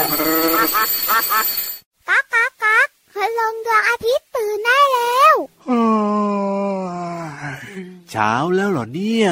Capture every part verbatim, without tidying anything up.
ก๊ากก๊ากก๊ากคืลงดวงอาทิตย์ตื่นได้แล้วเช้าแล้วเหรอเนี่ย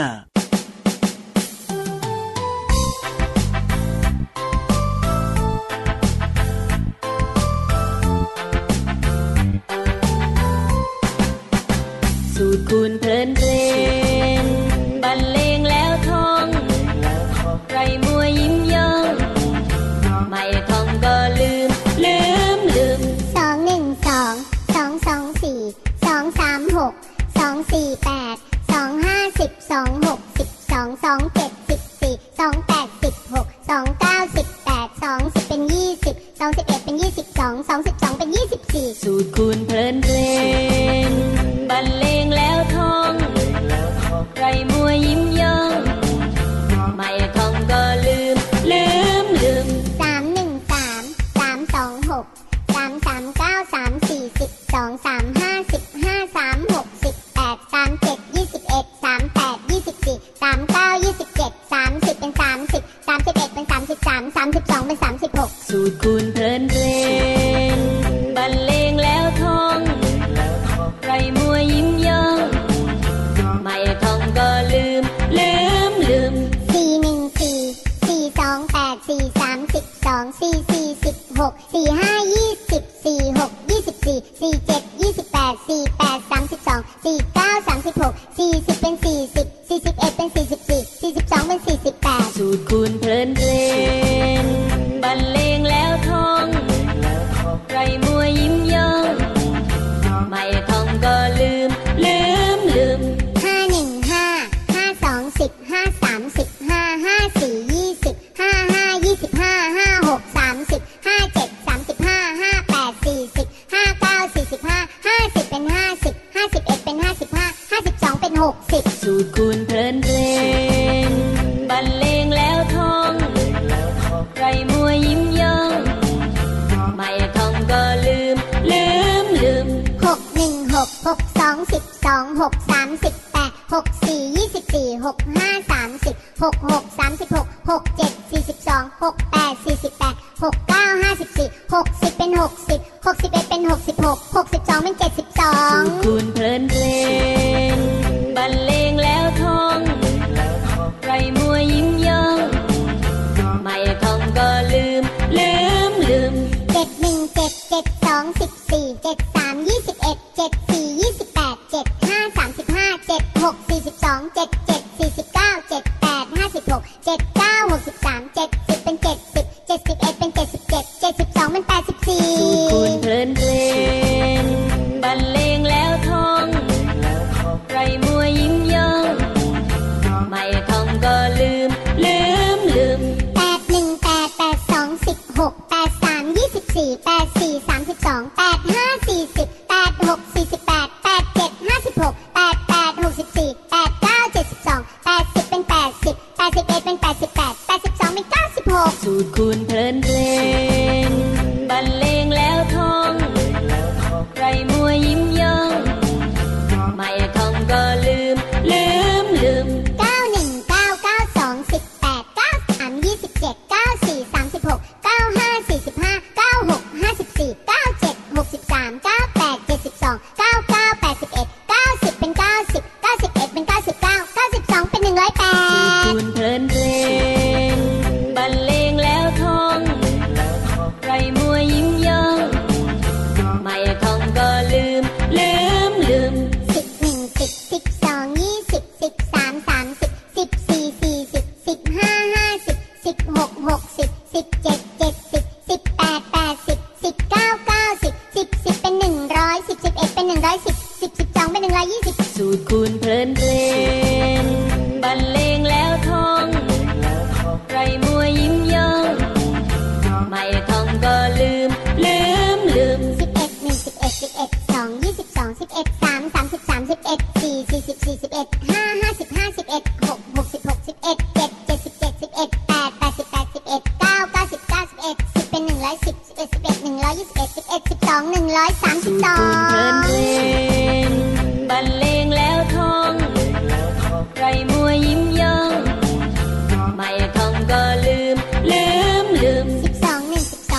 สูตรคูณเพลินเพลงบรรเลงแล้วท่องไรมัวยิ้มย่องไม่ท่องก็ลืมลืมลืมสองหนึ่งสองสองสองสี่สองสามหกสองสี่แปดสองห้าสิบสองหกสิบสองสองเจ็ดสิบสี่สองแปดสิบหกสองเก้าสิบแปดสองสิบเป็นยี่สิบสองสิบเอ็ดเป็นยี่สิบสองสองสิบสองเป็นยี่สิบสี่สูตรคูณเพลินเพลงบรรเลงแล้วท่องไรมัวยิ้มย่องไม่ท่องก็ลืมลืมลืมสามหนึ่งสามสามสองหกสามสามเก้าสามสี่สิบสองสามห้าสิบห้าสามหกสิบแปดสามเจ็ดยี่สิบเอ็ดสามแปดยี่สิบสี่สามเก้ายี่สิบเจ็ดสามสิบเป็นสามสิบสามสิบเอ็ดเป็นสามสิบสามสามสิบสองเป็นสามสิบหกสูตรคูณเพลินเพลงบรรเลงแล้วท่องไรมัวยิ้มย่องไม่ท่องก็ลืมลืมลืมสี่หนึ่งสี่สี่สองแปดสี่สามสิบสองสี่สี่สิบหกสี่ห้ายี่สิบสี่หกยี่สิบสี่สี่เจ็ดยี่สิบแปดสี่แปดสามสิบสองสี่เก้าสามสิบหกสี่สิบเป็นสี่สิบสี่สิบเอ็ดเป็นสี่สิบสี่สี่สิบสองเป็นสี่สิบแปดสูตรคูณเพลินเพลงบรรเลงแล้วท่องไรมัวยิ้มย่องไม่ท่องก็ลืมลืมลืมห้าหนึ่งห้าห้าสองสิบห้าสามสิบห้าห้าสี่ยี่สิบห้าห้ายี่สิบห้าห้าหกสามสิบห้าเจ็ดสามสิบห้าห้าแปดสี่สิบห้าเก้าสี่สิบห้าห้าสิบเป็นห้าสิบห้าสิบเอ็ดเป็นห้าสิบห้าห้าสิบสองเป็นหกสิบสูตรคูณเพลินเพลงบรรเลงแล้วท่องไรมัวยิ้มย่องไม่ท่องก็ลืมลืมลืมหกหนึ่งหกหกสองสิบสองหกสามสิบแปดหกสี่ยี่สิบสี่หกห้าสามสิบหกหกสามสิบหกหกเจ็ดสี่สิบสองหกแปดสี่สิบแปดหกเก้าห้าสิบสี่หกสิบเป็นหกสิบหกสิบเอ็ดเป็นหกสิบหกหกสิบสองเป็นเจ็ดสิบสองสูตรคูณเพลินเพลงบรรเลงแล้วท่องไรมัวยิ้มย่องไม่ท่องก็ลืมลืมลืมเจ็ดหนึ่งเจ็ดเจ็ดสองสิบสี่เจ็ดสามยี่สิบเอ็ดเจ็ดสี่ยี่สิบแปดเจ็ดห้าสามสิบห้าเจ็ดหกสี่สิบสองเจ็ดเจ็ดสี่สิบเก้าเจ็ดแปดห้าสิบหกเจ็ดเก้าหกสิบสามเจ็ดสิบเป็นเจ็ดสิบเจ็ดสิบเอ็ดเป็นเจ็ดสิบเจ็ดเจ็ดสิบสองเป็นแปดสิบสี่สูตรคูณเพลินเพลงบรรเลงแล้วท่องไรมัวยิ้มย่องไม่ท่องก็ลืมลืมลืมแปดหนึ่งแปดแปดสองสิบหกแปดสามยี่สิบสี่แปดสี่สามสิบสองแปดห้าสี่สิบแปดหกสี่สิบแปดแปดเจ็ดห้าสิบหกแปดแปดหกสิบสี่แปดเก้าเจ็ดสิบสองแปดสิบเป็นแปดสิบแปดสิบเอ็ดเป็นแปดสิบแปดแปดสิบสองเป็นเก้าสิบหกสูตรคูณเพลินเพลงบรรเลงแล้วท่องไรมัวยิ้มย่องไม่ท่องก็ลืมลืมลืมเก้าหนึ่งเก้าเก้าสองสิบแปดเก้าสามยี่สิบเจ็ดเก้าสี่สามสิบหกเก้าห้าสี่สิบห้าเก้าหกห้าสิบสี่เก้าเจ็ดหกสิบสามเก้าแปดเจ็ดสิบสองเก้าเก้าแปดสิบเอ็ดเก้าสิบเป็นเก้าสิบเก้าสิบเอ็ดเป็นเก้าสิบเก้าเก้าสิบสองเป็นหนึ่งร้อยแปดสูตรคูณเพลินเพลงบรรเลงแล้วท่องไรมัวยิ้มย่องไม่ท่องก็ลืมลืมลืมสิบหนึ่งสิบสิบสองยี่สิบสิบสามสามสิบสิบสี่สี่สิบสิบห้าห้าสิบสิบหกหกสิบสิบเจ็ดเจ็ดสิบสิบแปดแปดสิบสิบเก้าเก้าสิบสิบสิบเป็นหนึ่งร้อยสิบสิบเอ็ดเป็นหนึ่งร้อยสิบสิบสิบสองเป็นหนึ่งร้อยยี่สิบสูตรคูณเพลินเพลงบรรเลงแล้วท่องไรมัวยิ้มย่องไม่ท่องก็ลืมลืมลืมสิบเอ็ดหนึ่งสิบเอ็ดสิบเอ็ดสองยี่สิบสองสิบเอ็ดสามสามสิบสามสิบเอ็ดสี่สี่สิบสี่สิบเอ็ดห้าห้าสิบห้าสิบเอ็ดหกหกสิบหกสิบเอ็ดเจ็ดเจ็ดสิบเจ็ดสิบเอ็ดแปดแปดสิบแปดสิบเอ็ดเก้าเก้าสิบเก้าสิบเอ็ดสิบเป็นหนึ่งร้อยสิบสิบเอ็ดสิบเอ็ดหนึ่งร้อยยี่สิบเอ็ดสิบเอ็ดสิบสองหนึ่งร้อยสามสิบสองสูตรคูณเพลินเพลงบรรเลงแล้วท่องไรมัวยิ้มย่องไม่ท่องก็ลืมลืมลืมสิบสองหนึ่งสิบ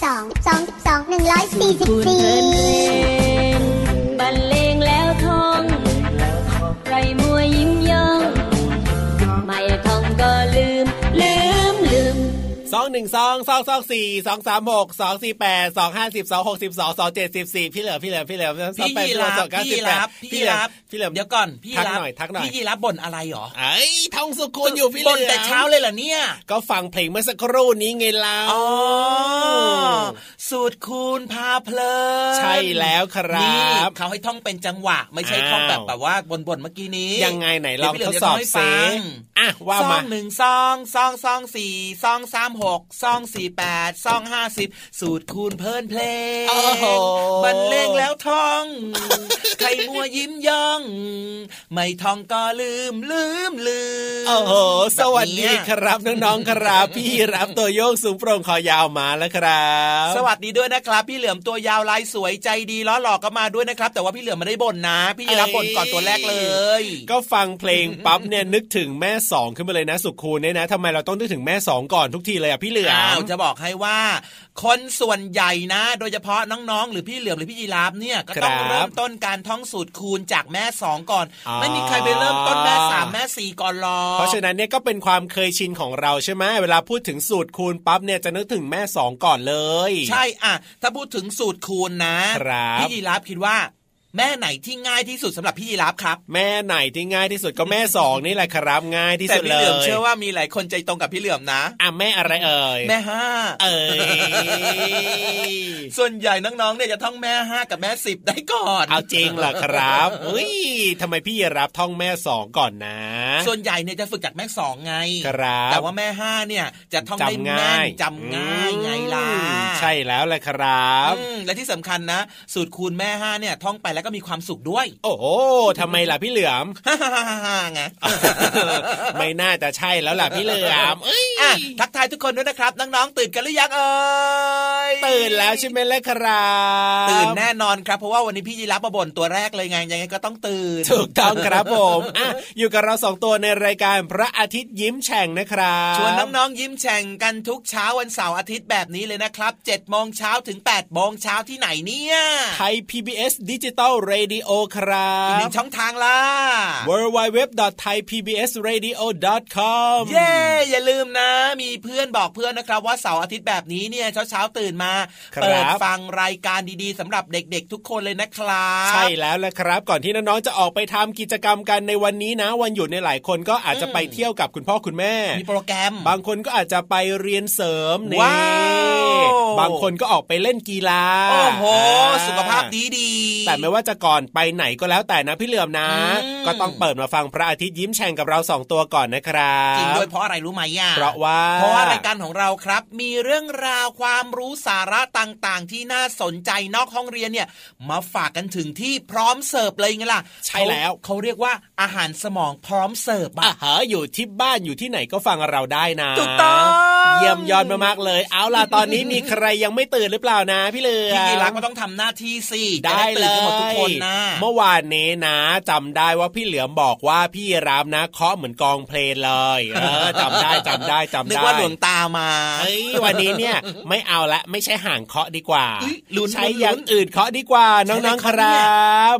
สองสิบสองสิบสองหนึ่งร้อยสี่สิบสี่บรรเลงแล้วท่องใครมัวยิ้มย่องไม่ท่องก็ลืมลืมลืมสองหนึ่งสองสองสองสี่สองสามหกสองสี่แปดสองห้าสิบสองหกสิบสองสองเจ็ดสิบสี่พี่เหลือพี่เหลือพี่เหลือพี่ยีรับพี่ยีรับพี่ยีรับพี่เหลือเดี๋ยวก่อนพี่ทักหน่อยทักหน่อยพี่ยีรับบ่นอะไรหรอไอ้ท่องสุขุนอยู่พี่เหลือบ่นแต่เช้าเลยเหรอเนี่ยก็ฟังเพลงเมื่อสักครู่นี้ไงล่ะอ๋อสูตรคูณพาเพลินใช่แล้วครับเขาให้ท่องเป็นจังหวะไม่ใช่ท่องแบบแบบว่าบ่นๆเมื่อกี้นี้ยังไงไหนเราทดสอบซิอ่ะว่ามาซองหนึ่งซองซองซองสี่ซองสามหกซองสี่แปดซองห้าสิบสูตรคูณเพลินเพลงบรรเลงแล้วท่องใครมัวยิ้มย่องไม่ท่องก็ลืมลืมลืมโอ้โหสวัสดีครับน้องๆครับพี่รับตัวโยกสูงโปร่งคอยาวมาแล้วครับสวัสดีด้วยนะครับพี่เหลือมตัวยาวลายสวยใจดีล้อหลอกก็มาด้วยนะครับแต่ว่าพี่เหลือมไม่ได้บ่นนะพี่รับบ่นก่อนตัวแรกเลยก็ฟังเพลงปั๊บเนี่ยนึกถึงแม่สองขึ้นมาเลยนะสุขคูณเนี่ยนะทำไมเราต้องนึกถึงแม่สองก่อนทุกทีเลยอ่ะพี่เหลือมจะบอกให้ว่าคนส่วนใหญ่นะโดยเฉพาะน้องๆหรือพี่เหลือมหรือพี่ยีราฟเนี่ยก็ต้องเริ่มต้นการท่องสูตรคูณจากแม่สองก่อนไม่มีใครไปเริ่มต้นแม่สามแม่สี่ก่อนหรอกเพราะฉะนั้นเนี่ยก็เป็นความเคยชินของเราใช่ไหมเวลาพูดถึงสูตรคูณปั๊บเนี่ยจะนึกถึงแม่สองก่อนเลยใช่อ่ะถ้าพูดถึงสูตรคูณนะพี่ยีราฟคิดว่าแม่ไหนที่ง่ายที่สุดสำหรับพี่ยีราฟครับแม่ไหนที่ง่ายที่สุดก็แม่สองนี่แหละครับง่ายที่สุดเลยแต่พี่เหลือมเชื่อว่ามีหลายคนใจตรงกับพี่เหลือมนะอ่ะแม่อะไรเอ่ยแม่ห้าเอ่ยส่วนใหญ่น้องๆเนี่ยจะท่องแม่ห้ากับแม่สิบได้ก่อนเอาจริงเหรอครับเฮ้ยทำไมพี่ยีราฟท่องแม่สองก่อนนะส่วนใหญ่เนี่ยจะฝึกจากแม่สองไงครับแต่ว่าแม่ห้าเนี่ยจะท่องได้แม่นจำง่ายไงล่ะใช่แล้วแหละครับและที่สำคัญนะสูตรคูณแม่ห้าเนี่ยท่องไปแล้วก็มีความสุขด้วยโอ้โหทำไมล่ะพี่เหลือมไงไม่น่าจะใช่แล้วล่ะพี่เหลือมเอ้ยทักทายทุกคนด้วยนะครับน้องๆตื่นกันหรือยังเอ่ยตื่นแล้วใช่ไหมล่ะครับตื่นแน่นอนครับเพราะว่าวันนี้พี่ยีราฟมาบ่นตัวแรกเลยไงยังไงก็ต้องตื่นถูกต้องครับผมอ่ะอยู่กับเราสองตัวในรายการพระอาทิตย์ยิ้มแฉ่งนะครับชวนน้องๆยิ้มแฉ่งกันทุกเช้าวันเสาร์อาทิตย์แบบนี้เลยนะครับเจ็ดโมงเช้าถึงแปดโมงเช้าที่ไหนเนี่ยไทย พี บี เอส Digital Radioครับอีกหนึ่งช่องทางล่ะดับเบิลยู ดับเบิลยู ดับเบิลยู ดอท ไทย พี บี เอส เรดิโอ ดอท คอมเย้อย่าลืมนะมีเพื่อนบอกเพื่อนนะครับว่าเสาร์อาทิตย์แบบนี้เนี่ยเช้าๆตื่นมาเปิดฟังรายการดีๆสำหรับเด็กๆทุกคนเลยนะครับใช่แล้วแหละครับก่อนที่น้องๆจะออกไปทำกิจกรรมกันในวันนี้นะวันหยุดในหลายคนก็อาจจะไปเที่ยวกับคุณพ่อคุณแม่มีโปรแกรมบางคนก็อาจจะไปเรียนเสริมนี่บางคนก็ออกไปเล่นกีฬาโอ้โหสุขภาพดีๆแต่ไม่ว่าจะก่อนไปไหนก็แล้วแต่นะพี่เหลือมนะก็ต้องเปิดมาฟังพระอาทิตย์ยิ้มแฉ่งกับเราสองตัวก่อนนะครับจริงด้วยเพราะอะไรรู้ไหมอ่ะเพราะว่าเพราะว่ารายการของเราครับมีเรื่องราวความรู้สาระต่างๆที่น่าสนใจนอกห้องเรียนเนี่ยมาฝากกันถึงที่พร้อมเสิร์ฟเลยไงล่ะใช่แล้วเขาเรียกว่าอาหารสมองพร้อมเสิร์ฟอ่ะฮะอยู่ที่บ้านอยู่ที่ไหนก็ฟังเราได้นะถูกต้องเยี่ยมยอดมากๆเลยเอาล่ะตอนนี้มีใครยังไม่ตื่นหรือเปล่านะพี่เหลือพี่ยีรักก็ต้องทำหน้าที่สิได้เลยหมดทุกคนนะเมื่อวานนี้นะจำได้ว่าพี่เหลือมบอกว่าพี่รับนะเคาะเหมือนกองเพลงเลยเออจำได้จำได้จำได้นึกว่าดวงตามาเฮ้ยวันนี้เนี่ยไม่เอาละไม่ใช่ห่างเคาะดีกว่าใช้อย่างอื่นเคาะดีกว่าน้องๆครับ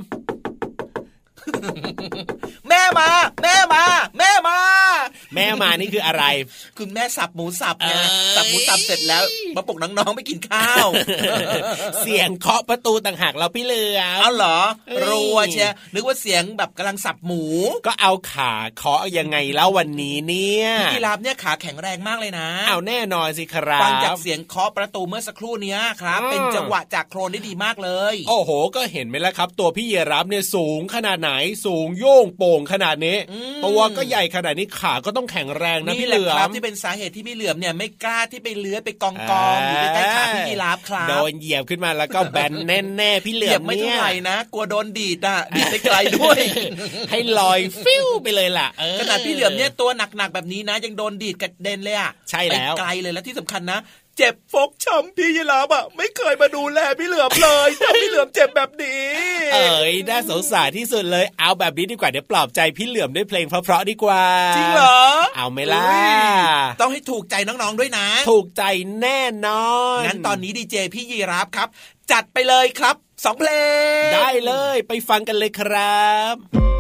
แม่มาแม่มาแม่มาแม่มานี่คืออะไรคุณแม่สับหมูสับไงสับหมูสับเสร็จแล้วมาปลุกน้องๆไปกินข้าวเสียงเคาะประตูต่างหากเราพี่เหลือเอาเหรอรัวเชียนึกว่าเสียงแบบกำลังสับหมูก็เอาขาเคาะยังไงแล้ววันนี้เนี่ยพี่ราบเนี่ยขาแข็งแรงมากเลยนะเอาแน่นอนสิครับฟังจากเสียงเคาะประตูเมื่อสักครู่นี้ครับเป็นจังหวะจากโครนได้ดีมากเลยโอ้โหก็เห็นไหมล่ะครับตัวพี่เยรับเนี่ยสูงขนาดไหนสูงโย่งโป่งขนาดนี้ตัวก็ใหญ่ขนาดนี้ขาก็ต้องแข็งแรงนะพี่เหลือมนี่แหละครับที่เป็นสาเหตุที่พี่เหลือมเนี่ยไม่กล้าที่ไปเลื้อยไปกองกองอยู่ใกล้ๆขาพี่ยีราฟครับโดนเหยียบขึ้นมาแล้วก็แบนแน่ๆพี่เหลือมไม่เท่าไหร่นะกลัวโดนดีดอ่ะดีดไปไกลด้วยให้ลอยฟิวไปเลยล่ะขนาดพี่เหลือมเนี่ยตัวหนักๆแบบนี้นะยังโดนดีดกระเด็นเลยอ่ะใช่แล้วไปไกลเลยแล้วที่สำคัญนะเจ็บฟกช้ำพี่ยีราฟอ่ะไม่เคยมาดูแลพี่เหลือมเลยทำพี่เหลือมเจ็บแบบนี้เอ้ยน่าสงสารที่สุดเลยเอาแบบนี้ดีกว่าเดี๋ยวปลอบใจพี่เหลือมด้วยเพลงเพราะๆดีกว่าจริงเหรอเอาไหมล่ะต้องให้ถูกใจน้องๆด้วยนะถูกใจแน่นอนงั้นตอนนี้ดีเจพี่ยีราฟครับจัดไปเลยครับสองเพลงได้เลยไปฟังกันเลยครับ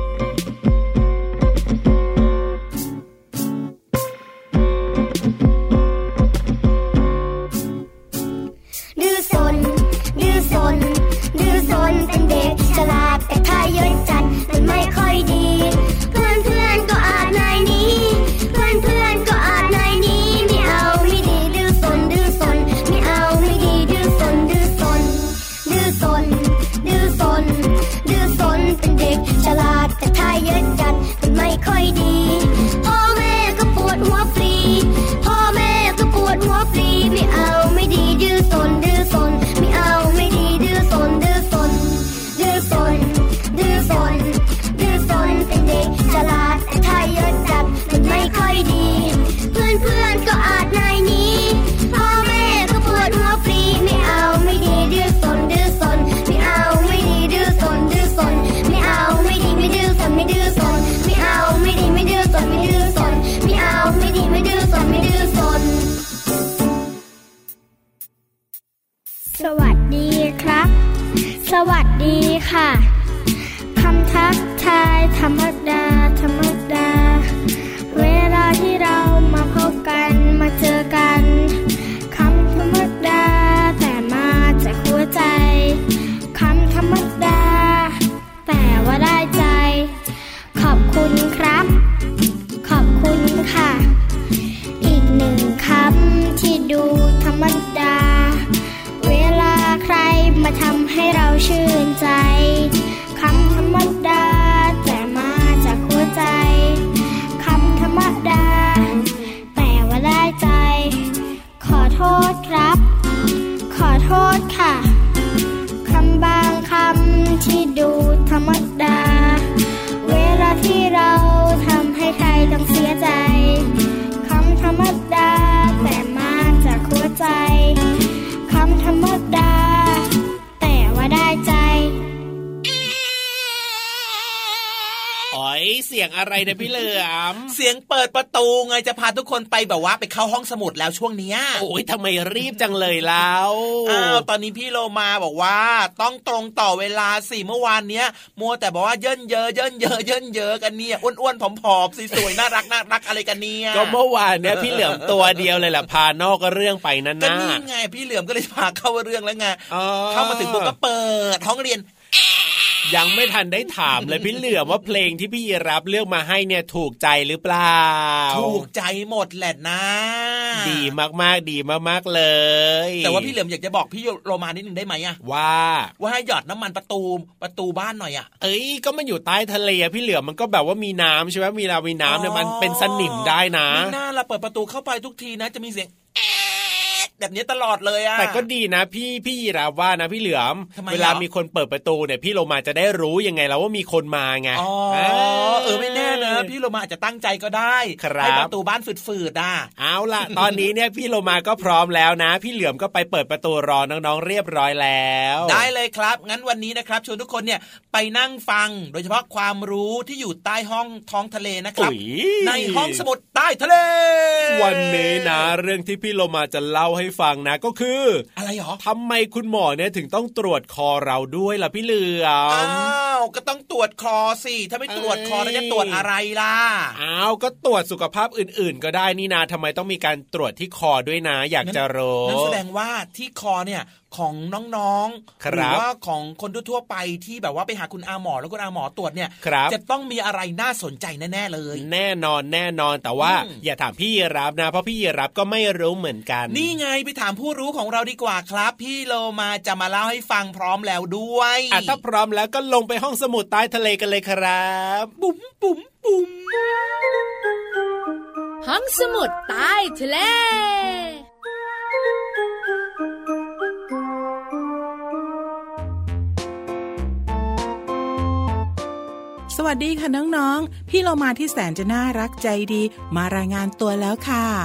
ดื้อซนดื้อซนดื้อซนเป็นเด็กฉลาดแต่ถ้าเยอะจัดมันไม่ค่อยดีเพื่อนเพื่อนก็อาจนายนี้เพื่อนเพื่อนก็อาจนายนี้ไม่เอาไม่ดีดื้อซนดื้อซนไม่เอาไม่ดีดื้อซนดื้อซนดื้อซนดื้อซนดื้อซนเป็นเด็กฉลาดแต่ถ้าเยอะจัดมันไม่ค่อยดีพ่อแม่ก็ปวดหัวฟรีพ่อแม่ก็ปวดหัวฟรีไม่เอาไม่ดีดื้อซนดื้อซนไม่เอาไม่ดีดื้อซนดื้อซนดื้อซนดื้อซนดื้อซนเป็นเด็กฉลาดแต่ถ้าเยอะจัดมันไม่ค่อยดีเพื่อนเพื่อนก็อาจนายนี้พ่อแม่ก็ปวดหัวฟรีไม่เอาไม่ดีดื้อซนดื้อซนไม่เอาไม่ดีดื้อซนดื้อซนไม่เอาไม่ดีไม่ดื้อซนไม่ดื้อซนไม่เอาไม่ดีไม่ดื้อซนไม่ดื้อซนไม่เอาไม่ดีไม่ดื้อซนไม่ดื้อซนสวัสดีครับสวัสดีค่ะคำทักทายธรรมดาธรรมดาเวลาที่เรามาพบกันมาเจอกันคำธรรมดาแต่มาจากหัวใจคำธรรมดาแต่ว่าได้ใจขอบคุณครับขอบคุณค่ะอีกหนึ่งคำที่ดูธรรมดาเวลาใครมาทำให้เราชื่นใจคำธรรมดาแต่มาจากหัวใจคำธรรมดาแต่ว่าได้ใจขอโทษครับขอโทษค่ะคำบางคำที่ดูธรรมดาเวลาที่เราทำให้ใครต้องเสียใจคำธรรมดาแต่มาจากหัวใจคำธรรมดาแต่ว่าได้ใจอ๋อยเสียงอะไรนะพี่เหลือมเสียงเปิดประตูไงจะพาทุกคนไปแบบว่าไปเข้าห้องสมุดแล้วช่วงเนี้ยโอ้ยทำไมรีบจังเลยแล้วอ้าวตอนนี้พี่โลมาบอกว่าต้องตรงต่อเวลาสิเมื่อวานเนี้ยมัวแต่บอกว่าเยินเยอะเยินเยอะเยินเยอะกันเนี่ยอ้วนๆผอมๆสวยๆน่ารักน่ารักอะไรกันเนี่ยก็เมื่อวานเนี้ยพี่เหลือมตัวเดียวเลยแหละพานอกก็เรื่องไปนั่นนะก็นี่ไงพี่เหลือมก็เลยพาเข้าเรื่องแล้วไงเข้ามาถึงปุ๊บก็เปิดห้องเรียนยังไม่ทันได้ถามเลยพี่เหลือมว่าเพลงที่พี่ยีรับเลือกมาให้เนี่ยถูกใจหรือเปล่าถูกใจหมดแหละนะดีมากๆดีมากๆเลยแต่ว่าพี่เหลือมอยากจะบอกพี่โรมานิดนึงได้ไหมอะว่าว่าให้หยอดน้ำมันประตูประตูบ้านหน่อยอะเอ้ยก็มันอยู่ใต้ทะเลพี่เหลือมมันก็แบบว่ามีน้ำใช่ไหมมีเรามีน้ำเนี่ยมันเป็นสนิมได้นะมีหน้าเราเปิดประตูเข้าไปทุกทีนะจะมีเสียงแบบนี้ตลอดเลยอะแต่ก็ดีนะพี่พี่ยีราฟว่านะพี่เหลือมเวลามีคนเปิดประตูเนี่ยพี่โลมาจะได้รู้ยังไงแล้วว่ามีคนมาไงอ๋อเออไม่แน่นะพี่โลมาอาจจะตั้งใจก็ได้ให้ประตูบ้านฝืดๆอ่ะเอาล่ะตอนนี้เนี่ยพี่โลมาก็พร้อมแล้วนะพี่เหลือมก็ไปเปิดประตูรอน้องๆเรียบร้อยแล้วได้เลยครับงั้นวันนี้นะครับชวนทุกคนเนี่ยไปนั่งฟังโดยเฉพาะความรู้ที่อยู่ใต้ห้องท้องทะเลนะครับในห้องสมุดใต้ทะเลวันนี้นะเรื่องที่พี่โลมาจะเล่าให้ฟังนะก็คืออะไรหรอทำไมคุณหมอเนี่ยถึงต้องตรวจคอเราด้วยล่ะพี่เหลือมอ้าวก็ต้องตรวจคอสิถ้าไม่ตรวจคอแล้วจะตรวจอะไรล่ะอ้าวก็ตรวจสุขภาพอื่นๆก็ได้นี่นาทำไมต้องมีการตรวจที่คอด้วยนะอยากจะรู้นั่นแสดงว่าที่คอเนี่ยของน้องๆหรือว่าของคนทั่วไปที่แบบว่าไปหาคุณอาหมอแล้วคุณอาหมอตรวจเนี่ยจะต้องมีอะไรน่าสนใจแน่ๆเลยแน่นอนแน่นอนแต่ว่าอย่าถามพี่ยีราฟนะเพราะพี่ยีราฟก็ไม่รู้เหมือนกันนี่ไงไปถามผู้รู้ของเราดีกว่าครับพี่โลมาจะมาเล่าให้ฟังพร้อมแล้วด้วยอ่ะถ้าพร้อมแล้วก็ลงไปห้องสมุดใต้ทะเลกันเลยครับบุ๋มบุ๋มบุ๋มห้องสมุดใต้ทะเลสวัสดีค่ะน้องๆพี่เรามาที่แสนจะน่ารักใจดีมารายงานตัวแล้วค่ะ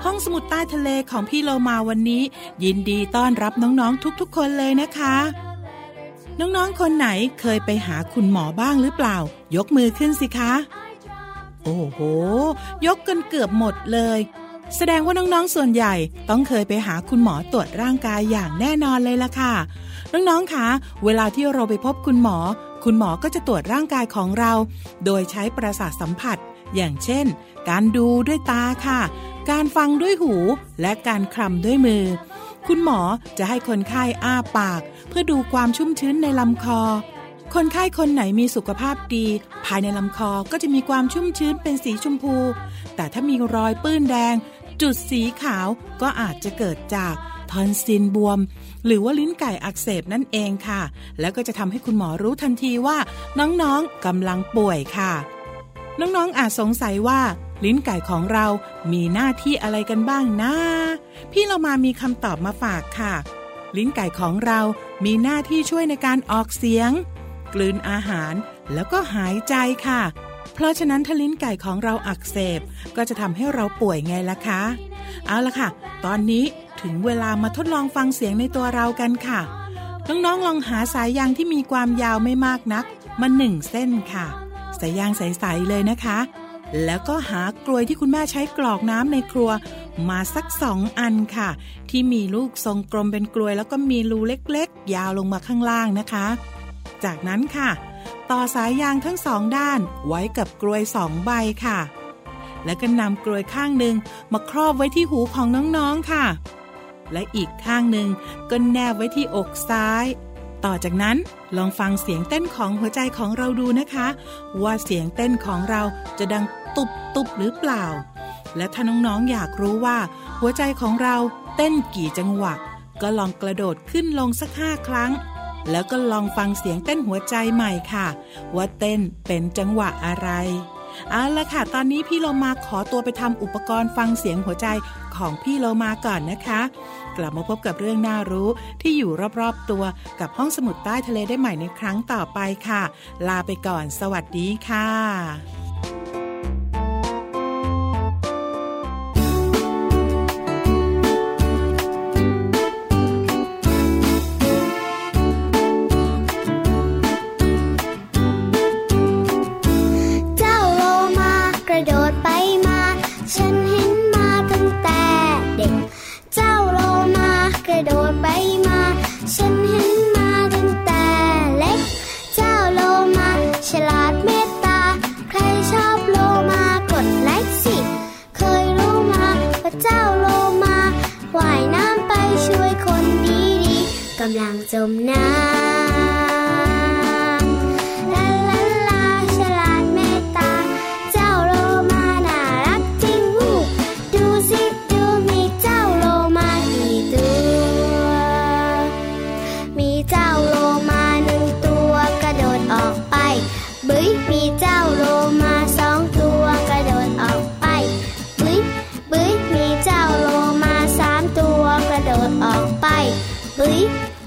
ห้องสมุดใต้ทะเลของพี่โลมาวันนี้ยินดีต้อนรับน้องๆทุกๆคนเลยนะคะน้องๆคนไหนเคยไปหาคุณหมอบ้างหรือเปล่ายกมือขึ้นสิคะโอ้โหยกกันเกือบหมดเลยแสดงว่าน้องๆส่วนใหญ่ต้องเคยไปหาคุณหมอตรวจร่างกายอย่างแน่นอนเลยล่ะค่ะน้องๆคะเวลาที่เราไปพบคุณหมอคุณหมอก็จะตรวจร่างกายของเราโดยใช้ประสาทสัมผัสอย่างเช่นการดูด้วยตาค่ะการฟังด้วยหูและการคลำด้วยมือคุณหมอจะให้คนไข้อ้าปากเพื่อดูความชุ่มชื้นในลำคอคนไข้คนไหนมีสุขภาพดีภายในลำคอก็จะมีความชุ่มชื้นเป็นสีชมพูแต่ถ้ามีรอยปื้นแดงจุดสีขาวก็อาจจะเกิดจากทอนซิลบวมหรือว่าลิ้นไก่อักเสบนั่นเองค่ะแล้วก็จะทำให้คุณหมอรู้ทันทีว่าน้องๆกำลังป่วยค่ะน้องๆอาจสงสัยว่าลิ้นไก่ของเรามีหน้าที่อะไรกันบ้างนะพี่เรามามีคำตอบมาฝากค่ะลิ้นไก่ของเรามีหน้าที่ช่วยในการออกเสียงกลืนอาหารแล้วก็หายใจค่ะเพราะฉะนั้นถ้าลิ้นไก่ของเราอักเสบก็จะทำให้เราป่วยไงล่ะคะเอาล่ะค่ะตอนนี้ถึงเวลามาทดลองฟังเสียงในตัวเรากันค่ะน้องๆลองหาสายยางที่มีความยาวไม่มากนักมาหนึ่งเส้นค่ะสายยางใสๆเลยนะคะแล้วก็หากลวยที่คุณแม่ใช้กรอกน้ำในครัวมาสักสองอันค่ะที่มีลูกทรงกลมเป็นกลวยแล้วก็มีรูเล็กๆยาวลงมาข้างล่างนะคะจากนั้นค่ะต่อสายยางทั้งสองด้านไว้กับกลวยสองใบค่ะแล้วก็นำกลวยข้างหนึ่งมาครอบไว้ที่หูของน้องๆค่ะและอีกข้างหนึ่งก็แนบไว้ที่อกซ้ายต่อจากนั้นลองฟังเสียงเต้นของหัวใจของเราดูนะคะว่าเสียงเต้นของเราจะดังตุบตุบหรือเปล่าและถ้าน้องๆอยากรู้ว่าหัวใจของเราเต้นกี่จังหวะก็ลองกระโดดขึ้นลงสักห้าครั้งแล้วก็ลองฟังเสียงเต้นหัวใจใหม่ค่ะว่าเต้นเป็นจังหวะอะไรเอาล่ะค่ะตอนนี้พี่โลมาขอตัวไปทำอุปกรณ์ฟังเสียงหัวใจของพี่โลมาก่อนนะคะกลับมาพบกับเรื่องน่ารู้ที่อยู่รอบๆตัวกับห้องสมุดใต้ทะเลได้ใหม่ในครั้งต่อไปค่ะลาไปก่อนสวัสดีค่ะกำลังจมน้ำลาลาลาฉลาดเมตตาเจ้าโลมาน่ารักจริงหูดูสิดูมีเจ้าโลมากี่ตัวมีเจ้าโลมาหนึ่งตัวกระโดดออกไปบึ้ยมีเจ้าโลมาสองตัวกระโดดออกไปบึ้ยบึ้ยมีเจ้าโลมาสามตัวกระโดดออกไปบึ้ย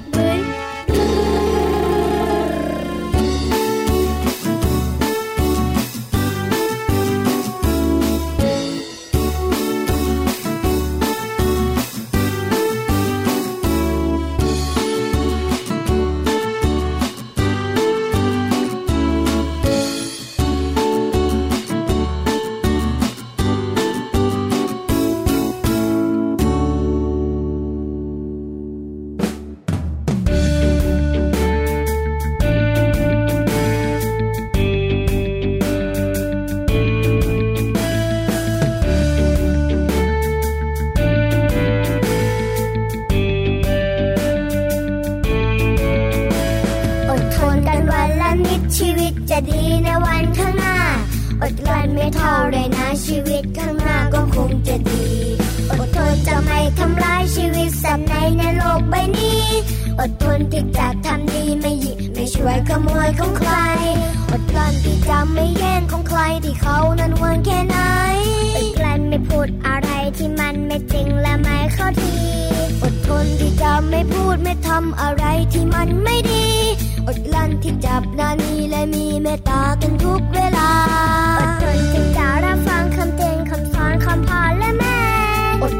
ชีวิตจะดีในวันข้างหน้าอดกลั้นไม่เท่าไรนะชีวิตข้างหน้าก็คงจะดีอดทนจะไม่ทำร้ายชีวิตสัตว์ในในโลกใบนี้อดทนที่จะทำดีไม่หยิบไม่ช่วยขโมยของใครอดกลั้นที่จะไม่แย่งของใครที่เขานั้นหวงแค่ไหนอดกลั้นไม่พูดอะไรที่มันไม่จริงและไม่เข้าทีอดทนที่จะไม่พูดไม่ทำอะไรที่มันไม่ดีอดกลั้นที่จับนานีและมีเมตตากันทุกเวลาอดทนที่จะรับฟังคำเตือนคำสอนคำพาและแม่อด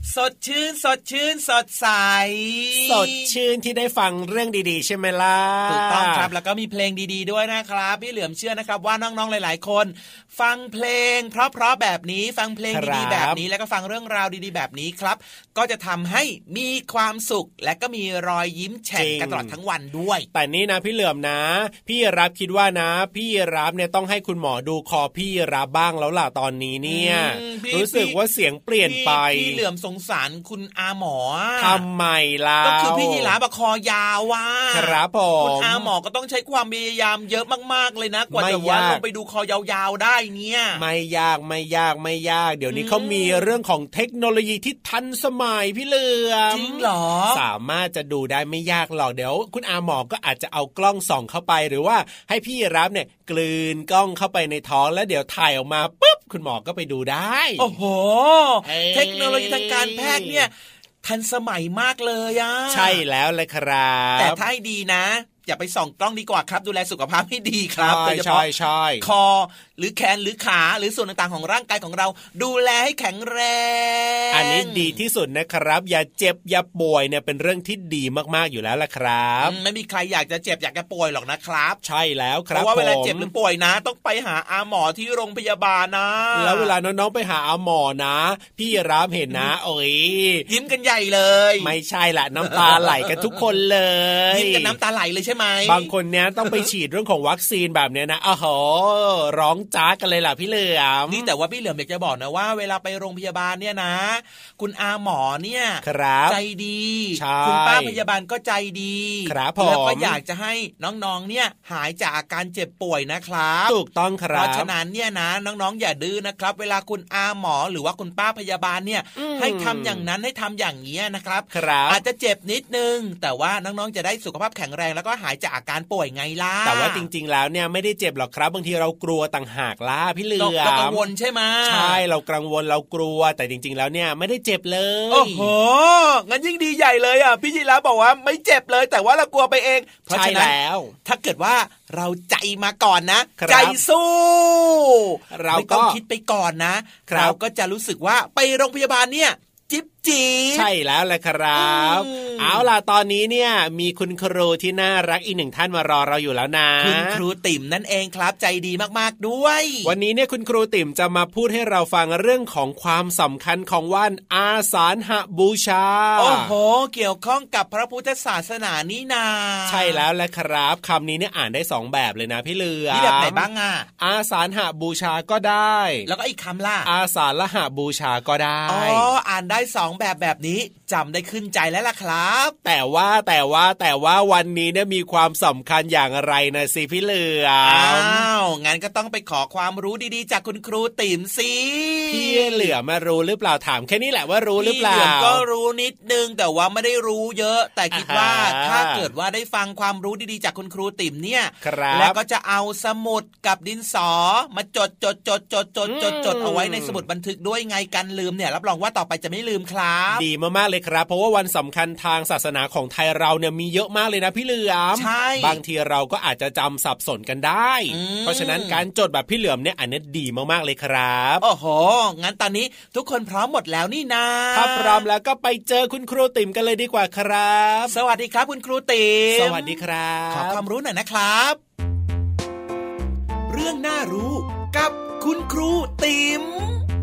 สดชื่นสดชื่นสดใสสดชื่นที่ได้ฟังเรื่องดีๆใช่ไหมล่ะถูกต้องครับแล้วก็มีเพลงดีๆด้วยนะครับพี่เหลือมเชื่อนะครับว่าน้องๆหลายๆคนฟังเพลงเพราะๆแบบนี้ฟังเพลงดีๆแบบนี้แล้วก็ฟังเรื่องราวดีๆแบบนี้ครับก็จะทำให้มีความสุขและก็มีรอยยิ้มแฉ่งกันตลอดทั้งวันด้วยแต่นี่นะพี่เหลือมนะพี่รับคิดว่านะพี่รับเนี่ยต้องให้คุณหมอดูคอพี่รับบ้างแล้วล่ะตอนนี้เนี่ยรู้สึกว่าเสียงเปลี่ยนไปพี่เหลือมสงสารคุณอาหมอทำไมล่ะก็คือพี่ยีราฟคอยาวว่าครับผมคุณอาหมอก็ต้องใช้ความพยายามเยอะมากๆเลยนะกว่าจะว่าลงไปดูคอยาวๆได้เนี่ยไม่ยากไม่ยากไม่ยากเดี๋ยวนี้เขามีเรื่องของเทคโนโลยีที่ทันสมัยพี่เหลือมจริงเหรอสามารถจะดูได้ไม่ยากหรอกเดี๋ยวคุณอาหมอก็อาจจะเอากล้องส่องเข้าไปหรือว่าให้พี่รับเนี่ยกลืนกล้องเข้าไปในท้องแล้วเดี๋ยวถ่ายออกมาปุ๊บคุณหมอก็ไปดูได้โอ้โหเทคโนโลยีทางการแพทย์เนี่ยทันสมัยมากเลยอ่ะใช่แล้วเลยครับแต่ถ้าให้ดีนะอย่าไปส่องกล้องดีกว่าครับดูแลสุขภาพให้ดีครับโดยเฉพาะคอหรือแขนหรือขาหรือส่วนต่างๆของร่างกายของเราดูแลให้แข็งแรงอันนี้ดีที่สุดนะครับอย่าเจ็บอย่าป่วยเนี่ยเป็นเรื่องที่ดีมากๆอยู่แล้วล่ะครับไม่มีใครอยากจะเจ็บอยากจะป่วยหรอกนะครับใช่แล้วครับเพราะว่าเวลาเจ็บหรือป่วยนะต้องไปหาอาหมอที่โรงพยาบาลนะแล้วเวลาน้องๆไปหาอาหมอนะพี่รามเห็นนะโอ้ยยิ้มกันใหญ่เลยไม่ใช่ละน้ำตาไหลกันทุกคนเลยยิ้มกันน้ำตาไหลเลยใช่ไหมบางคนเนี้ยต้องไปฉีดเรื่องของวัคซีนแบบเนี้ยนะอ้โหร้องจ้ากันเลยล่ะพี่เหลือมนี่แต่ว่าพี่เหลือมอยากจะบอกนะว่าเวลาไปโรงพยาบาลเนี่ยนะคุณอาหมอเนี่ยใจดีคุณป้าพยาบาลก็ใจดีแล้วก็อยากจะให้น้องๆเนี่ยหายจากอาการเจ็บป่วยนะครับถูกต้องครับเพราะฉะนั้นเนี่ยนะน้องๆอย่าดื้อนะครับเวลาคุณอาหมอหรือว่าคุณป้าพยาบาลเนี่ยให้ทำอย่างนั้นให้ทำอย่างนี้นะครับอาจจะเจ็บนิดนึงแต่ว่าน้องๆจะได้สุขภาพแข็งแรงแล้วก็หายจากอาการป่วยไงล่ะแต่ว่าจริงๆแล้วเนี่ยไม่ได้เจ็บหรอกครับบางทีเรากลัวต่างหากล่ะพี่เหลือมเรากังวลใช่ไหมใช่เรากังวลเรากลัวแต่จริงๆแล้วเนี่ยไม่ได้เจ็บเลยโอ้โหงั้นยิ่งดีใหญ่เลยอ่ะพี่ยีราฟบอกว่าไม่เจ็บเลยแต่ว่าเรากลัวไปเองเพราะฉะนั้นถ้าเกิดว่าเราใจมาก่อนนะใจสู้เราก็ต้องคิดไปก่อนนะเราก็จะรู้สึกว่าไปโรงพยาบาลเนี่ยจิ๊บจีใช่แล้วแหละครับเอาล่ะตอนนี้เนี่ยมีคุณครูที่น่ารักอีกหนึ่งท่านมารอเราอยู่แล้วนะคุณครูติ๋มนั่นเองครับใจดีมากๆด้วยวันนี้เนี่ยคุณครูติ๋มจะมาพูดให้เราฟังเรื่องของความสำคัญของวันอาสาฬหบูชาโอ้โหเกี่ยวข้องกับพระพุทธศาสนานี่นาใช่แล้วแหละครับคำนี้เนี่ยอ่านได้สองแบบเลยนะพี่เหลือมนี่แบบไหนบ้างอ่ะอาสาฬหบูชาก็ได้แล้วก็อีกคำล่ะอาสาฬหบูชาก็ได้อ๋ออ่านได้สองแบบแบบนี้จำได้ขึ้นใจแล้วล่ะครับแต่ว่าแต่ว่าแต่ว่าวันนี้เนี่ยมีความสำคัญอย่างไรนะสิพี่เหลือมอ้าวงั้นก็ต้องไปขอความรู้ดีๆจากคุณครูติ๋มสิพี่เหลือมารู้หรือเปล่าถามแค่นี้แหละว่ารู้หรือเปล่าพี่เหลือก็รู้นิดนึงแต่ว่าไม่ได้รู้เยอะแต่คิดว่าถ้าเกิดว่าได้ฟังความรู้ดีๆจากคุณครูติ๋มเนี่ยแล้วก็จะเอาสมุดกับดินสอมาจดจดจดจดจดจดจดเอาไว้ในสมุดบันทึกด้วยไงกันลืมเนี่ยรับรองว่าต่อไปจะไม่ลืมครับดีมากๆเลยครับเพราะว่าวันสำคัญทางศาสนาของไทยเราเนี่ยมีเยอะมากเลยนะพี่เหลือมใช่บางทีเราก็อาจจะจำสับสนกันได้เพราะฉะนั้นการจดแบบพี่เหลือมเนี่ยอันนี้ดีมากๆเลยครับโอ้โหงั้นตอนนี้ทุกคนพร้อมหมดแล้วนี่นาถ้าพร้อมแล้วก็ไปเจอคุณครูติ๋มกันเลยดีกว่าครับสวัสดีครับคุณครูติ๋มสวัสดีครับขอความรู้หน่อยนะครับเรื่องน่ารู้กับคุณครูติ๋ม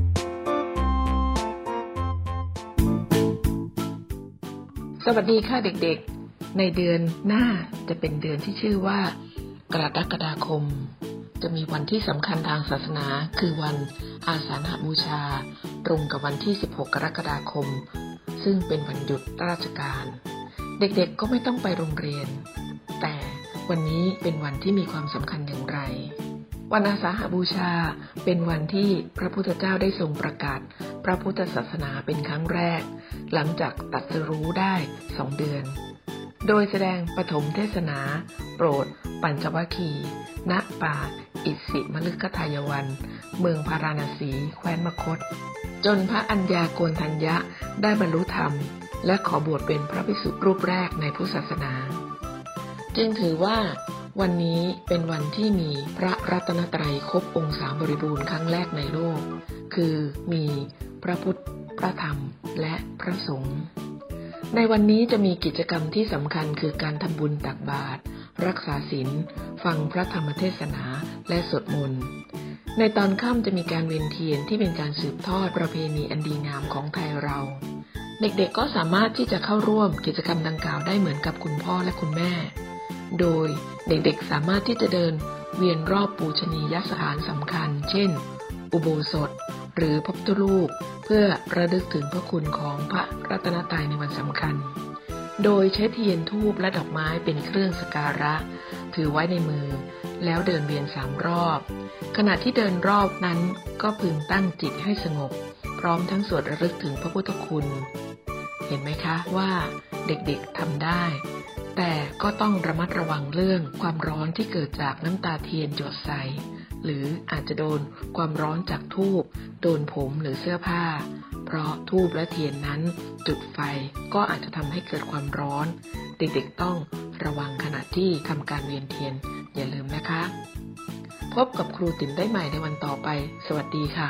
สวัสดีค่ะเด็กๆในเดือนหน้าจะเป็นเดือนที่ชื่อว่ากรกฎาคมจะมีวันที่สำคัญทางศาสนาคือวันอาสาฬหบูชาตรงกับวันที่สิบหกกรกฎาคมซึ่งเป็นวันหยุดราชการเด็กๆก็ไม่ต้องไปโรงเรียนแต่วันนี้เป็นวันที่มีความสำคัญอย่างไรวันอาสาฬหบูชาเป็นวันที่พระพุทธเจ้าได้ทรงประกาศพระพุทธศาสนาเป็นครั้งแรกหลังจากตรัสรู้ได้สองเดือนโดยแสดงปฐมเทศนาโปรดปัญจวัคคีย์ณป่าอิสิมฤคทายวันเมืองพาราณสีแคว้นมคธจนพระอัญญาโกณฑัญญะได้บรรลุธรรมและขอบวชเป็นพระภิกษุรูปแรกในพุทธศาสนาจึงถือว่าวันนี้เป็นวันที่มีพระรัตนตรัยครบองค์สามบริบูรณ์ครั้งแรกในโลกคือมีพระพุทธพระธรรมและพระสงฆ์ในวันนี้จะมีกิจกรรมที่สำคัญคือการทำบุญตักบาตรรักษาศีลฟังพระธรรมเทศนาและสวดมนต์ในตอนค่ำจะมีการเวียนเทียนที่เป็นการสืบทอดประเพณีอันดีงามของไทยเราเด็กๆก็สามารถที่จะเข้าร่วมกิจกรรมดังกล่าวได้เหมือนกับคุณพ่อและคุณแม่โดยเด็กๆสามารถที่จะเดินเวียนรอบปูชนียสถานสำคัญเช่นอุโบสถหรือพระพุทธรูปเพื่อระลึกถึงพระคุณของพระรัตนตรัยในวันสำคัญโดยใช้เทียนธูปและดอกไม้เป็นเครื่องสักการะถือไว้ในมือแล้วเดินเวียนสามรอบขณะที่เดินรอบนั้นก็พึงตั้งจิตให้สงบพร้อมทั้งสวดระลึกถึงพระพุทธคุณเห็นไหมคะว่าเด็กๆทำได้แต่ก็ต้องระมัดระวังเรื่องความร้อนที่เกิดจากน้ำตาเทียนหยดใส่หรืออาจจะโดนความร้อนจากธูปโดนผมหรือเสื้อผ้าเพราะธูปและเทียนนั้นจุดไฟก็อาจจะทำให้เกิดความร้อนเด็กๆต้องระวังขณะที่ทำการเวียนเทียนอย่าลืมนะคะพบกับครูติ๋มได้ใหม่ในวันต่อไปสวัสดีค่ะ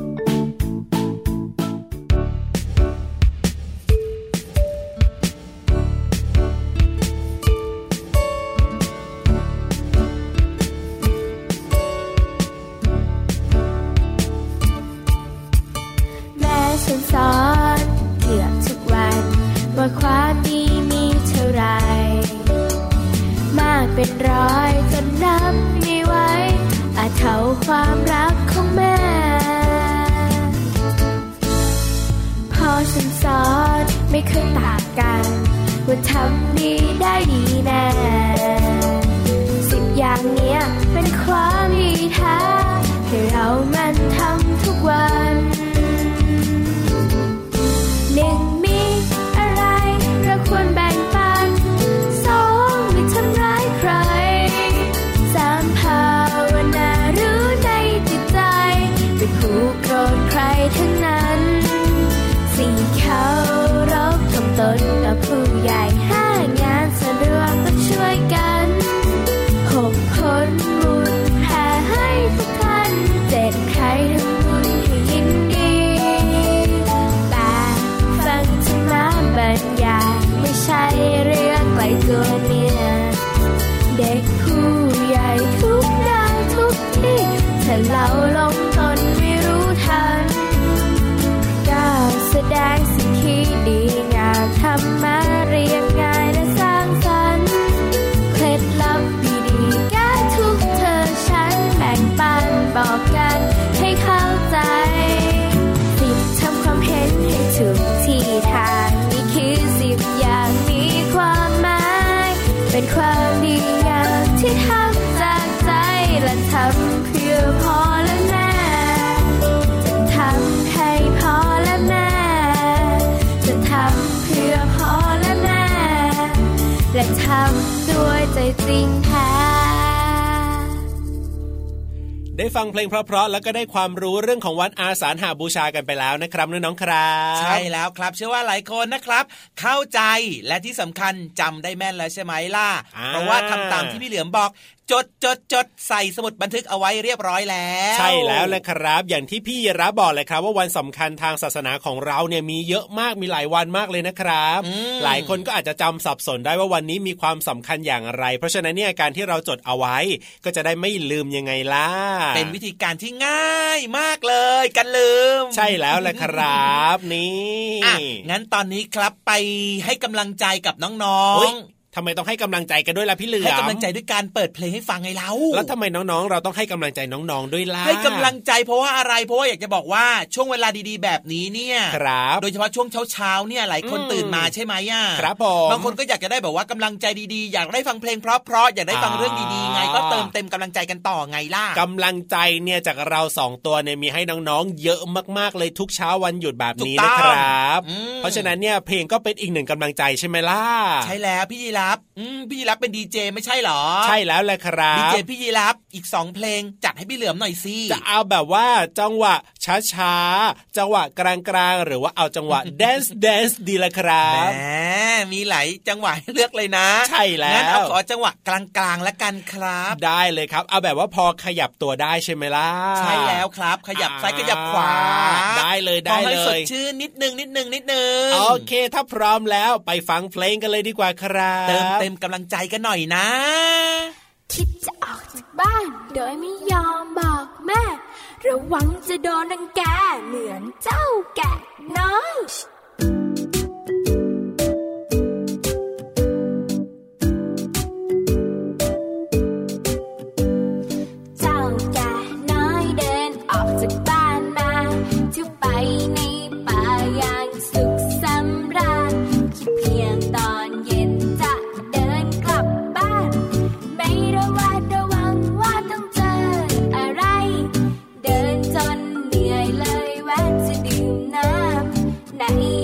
สอนเกือบทุกวันว่าความดีมีเท่าไรมากเป็นร้อยจนนับไม่ไหวอาจเท่าความรักของแม่พอฉันสอนไม่เคยต่างกันว่าทำดีได้ดีแน่สิบอย่างเนี้ยเป็นความดีแท้ให้เรามันทำทุกวันหนึ่งมีอะไรเราควรแบ่งปันสองไม่ทำร้ายใครสามภาวนารู้ในจิตใจไม่ผูกโกรธใครทั้งนั้นสี่เคารพถ่อมตนต่อผู้ใหญ่ห้างานสะดวกต้องช่วยกันหกผลบุญแผ่ให้ทุกท่านเจ็ดใครทำบุญให้ยินดีบรรยายไม่ใช่เรื่องไกลตัวเนี่ยเด็กผู้ใหญ่ทุกด้านทุกที่ถ้าเราลงตนไม่รู้ทันก้าวแสดงสิ่งที่ดีงามทำมาเรียบง่ายและสร้างสรรค์เคล็ดลับดีๆแก้ทุกเธอฉันแบ่งปันบอกกันให้เข้าใจสิบทำความเห็นให้ถูกที่ทางคือสิบอย่างมีความหมายเป็นความดีงามที่ทำจากใจและทำเพื่อพ่อและแม่จะทำให้พ่อและแม่จะทำเพื่อพ่อและแม่และทำด้วยใจจริงแท้ได้ฟังเพลงเพราะๆแล้วก็ได้ความรู้เรื่องของวันอาสาฬหบูชากันไปแล้วนะครับน้องๆครับใช่แล้วครับเชื่อว่าหลายคนนะครับเข้าใจและที่สำคัญจำได้แม่นแล้วใช่ไหมล่ะเพราะว่าทำตามที่พี่เหลือมบอกจดจดจดใส่สมุดบันทึกเอาไว้เรียบร้อยแล้วใช่แล้วแหละครับอย่างที่พี่ยีรับบอกเลยครับว่าวันสำคัญทางศาสนาของเราเนี่ยมีเยอะมากมีหลายวันมากเลยนะครับหลายคนก็อาจจะจำสับสนได้ว่าวันนี้มีความสำคัญอย่างไรเพราะฉะนั้นเนี่ยการที่เราจดเอาไว้ก็จะได้ไม่ลืมยังไงล่ะเป็นวิธีการที่ง่ายมากเลยกันลืมใช่แล้วแหละครับนี่อ่ะงั้นตอนนี้ครับไปให้กำลังใจกับน้องๆทำไมต้องให้กำลังใจกันด้วยล่ะพี่เหลือมให้กำลังใจด้วยการเปิดเพลงให้ฟังไงเราแล้วทำไมน้องๆเราต้องให้กำลังใจน้องๆด้วยล่ะให้กำลังใจเพราะว่าอะไรเพราะว่าอยากจะบอกว่าช่วงเวลาดีๆแบบนี้เนี่ยครับโดยเฉพาะช่วงเช้าๆเนี่ยหลายคนตื่นมาใช่ไหมอ่ะครับผมบางคนก็อยากจะได้แบบว่ากำลังใจดีๆอยากได้ฟังเพลงเพราะๆอยากได้ฟังเรื่องดีๆไงก็เติมเต็มกำลังใจกันต่อไงล่ะกำลังใจเนี่ยจากเราสองตัวเนี่ยมีให้น้องๆเยอะมากๆเลยทุกเช้าวันหยุดแบบนี้นะครับเพราะฉะนั้นเนี่ยเพลงก็เป็นอีกหนึ่งกำลังใจใช่ไหมล่ะใช่แล้วพี่ยีรับพี่ยีรับเป็นดีเจไม่ใช่หรอใช่แล้วแหละครับดีเจพี่ยีรับอีกสองเพลงจัดให้พี่เหลือมหน่อยสิจะเอาแบบว่าจังหวะช้าๆจังหวะกลางๆหรือว่าเอาจังหวะ dance dance ดีละครับแหมมีหลายจังหวะให้เลือกเลยนะใช่แล้วงั้นเอาขอจังหวะกลางๆแล้วกันครับได้เลยครับเอาแบบว่าพอขยับตัวได้ใช่ไหมล่ะใช่แล้วครับขยับซ้ายขยับขวาได้เลยได้เลยให้สดชื่นนิดนึงนิดนึงนิดนึงโอเคถ้าพร้อมแล้วไปฟังเพลงกันเลยดีกว่าครับเติมเต็มกำลังใจกันหน่อยนะคิดจะออกจากบ้านโดยไม่ยอมบอกแม่ระวังจะโดนรังแกเหมือนเจ้าแกะน้อยเจ้าแกะน้อยเดินออกจากบ้านมาจะไปในป่าอย่างสุขสำราญคิดเพียงตอนเย็นจะเดินกลับบ้านไม่ระวัดระวังว่าต้องเจออะไรเดินจนเหนื่อยเลยแวะจะดื่มน้ำใน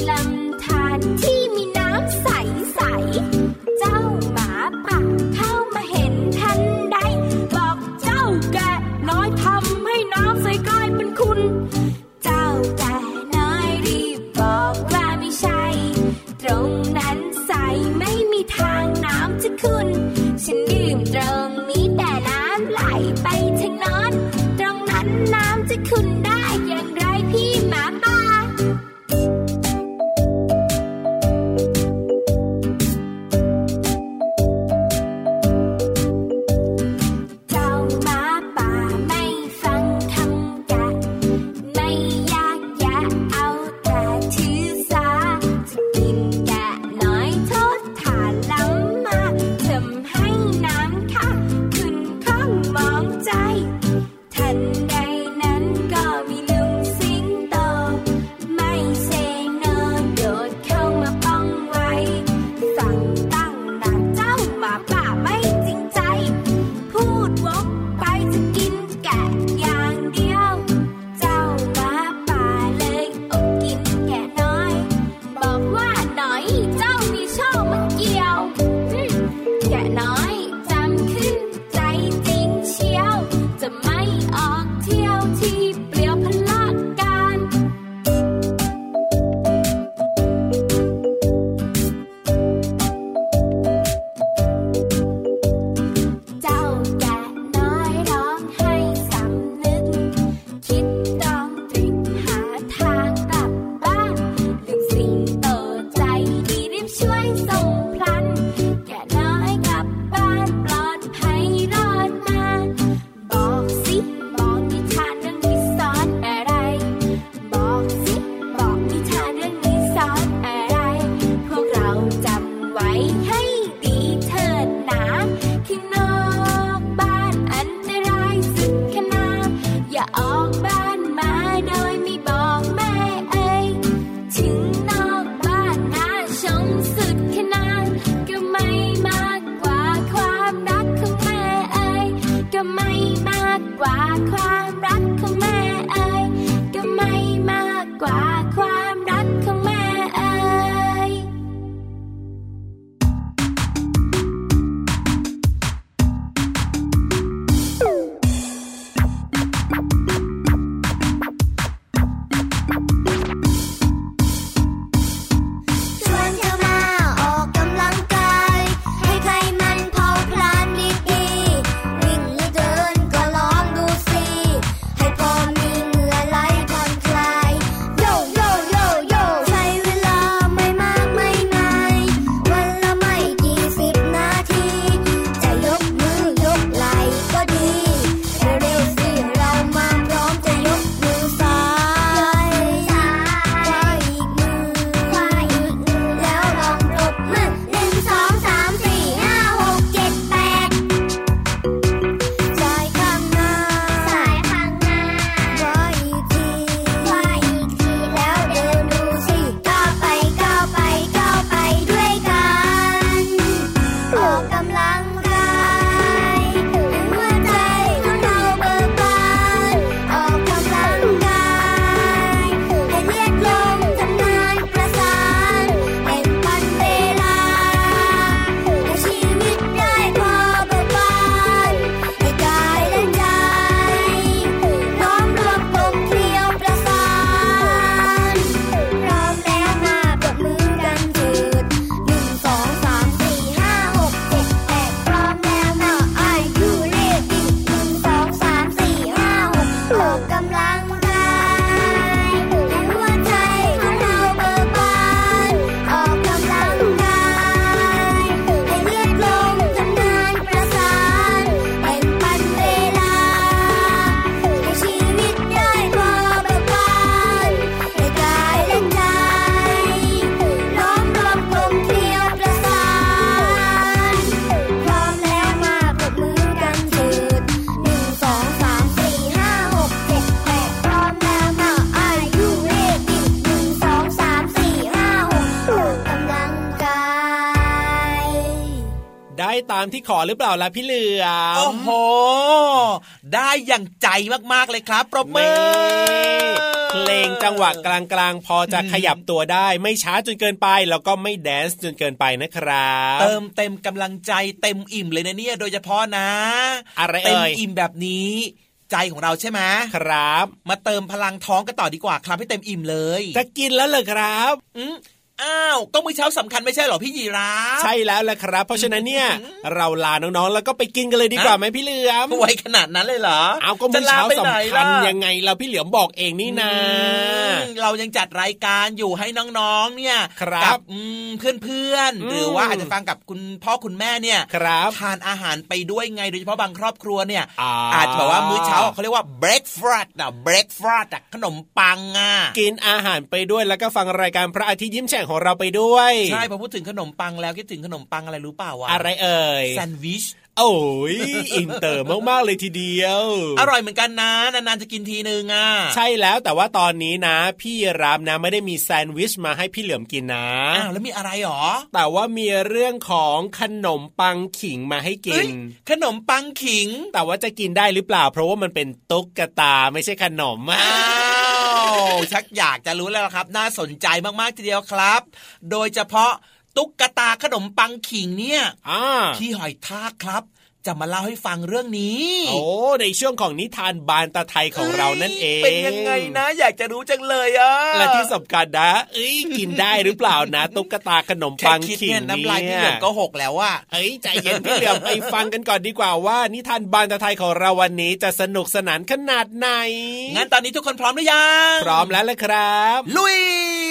ได้ตามที่ขอหรือเปล่าล่ะพี่เหลือมโอ้โหได้อย่างใจมากๆเลยครับปรบมือเพลงจังหวะกลางๆพอจะขยับตัวได้ไม่ช้าจนเกินไปแล้วก็ไม่แดนซ์จนเกินไปนะครับเติมเต็มกำลังใจเต็มอิ่มเลยนะเนี่ยโดยเฉพาะนะอะไรเอ่ยเต็มอิ่มแบบนี้ใจของเราใช่ไหมครับมาเติมพลังท้องกันต่อดีกว่าครับให้เต็มอิ่มเลยจะกินแล้วเหรอครับอืมอ้าวก็มื้อเช้าสำคัญไม่ใช่หรอพี่ยีราฟใช่แล้วแหละครับเพราะฉะนั้นเนี่ยเราลาน้องๆแล้วก็ไปกินกันเลยดีกว่าไหมพี่เหลือมไวขนาดนั้นเลยเหรอเอาก็มื้อเช้าสำคัญยังไงเราพี่เหลือมบอกเองนี่นะเรายังจัดรายการอยู่ให้น้องๆเนี่ยกับเพื่อนๆหรือว่าอาจจะฟังกับคุณพ่อคุณแม่เนี่ยทานอาหารไปด้วยไงโดยเฉพาะบางครอบครัวเนี่ยอาจจะแบบว่ามื้อเช้าเขาเรียกว่า breakfast อ่ะ breakfast อ่ะขนมปังอ่ะกินอาหารไปด้วยแล้วก็ฟังรายการพระอาทิตย์ยิ้มแฉ่งของเราไปด้วยใช่พอพูดถึงขนมปังแล้วคิดถึงขนมปังอะไรรู้เปล่าวะอะไรเอ่ยแซนด์วิชโอ้ยอินเตอร์มากๆเลยทีเดียวอร่อยเหมือนกันนะนานๆจะกินทีนึงอ่ะใช่แล้วแต่ว่าตอนนี้นะพี่รามนะไม่ได้มีแซนด์วิชมาให้พี่เหลือมกินนะอ้าวแล้วมีอะไรหรอแต่ว่ามีเรื่องของขนมปังขิงมาให้กินขนมปังขิงแต่ว่าจะกินได้หรือเปล่าเพราะว่ามันเป็นตุ๊กตาไม่ใช่ขนมอ้าวชักอยากจะรู้แล้วครับน่าสนใจมากๆทีเดียวครับโดยเฉพาะตุ๊กตาขนมปังขิงเนี่ยพี่หอยทากครับจะมาเล่าให้ฟังเรื่องนี้โอ้ในช่วงของนิทานบานตาไทยของเรานั่นเองเป็นยังไงนะอยากจะรู้จังเลยอ่ะและที่สำคัญนะเอ้ยกินได้หรือเปล่านะตุ๊กตาขนมปังขิงเนี่ยน้ำลายพี่เหลือมก็หกแล้วอ่ะเอ้ยใจเย็นพี่เหลือมไปฟังกันก่อนดีกว่าว่านิทานบานตาไทยของเราวันนี้จะสนุกสนานขนาดไหนงั้นตอนนี้ทุกคนพร้อมหรือยังพร้อมแล้วละครับลุย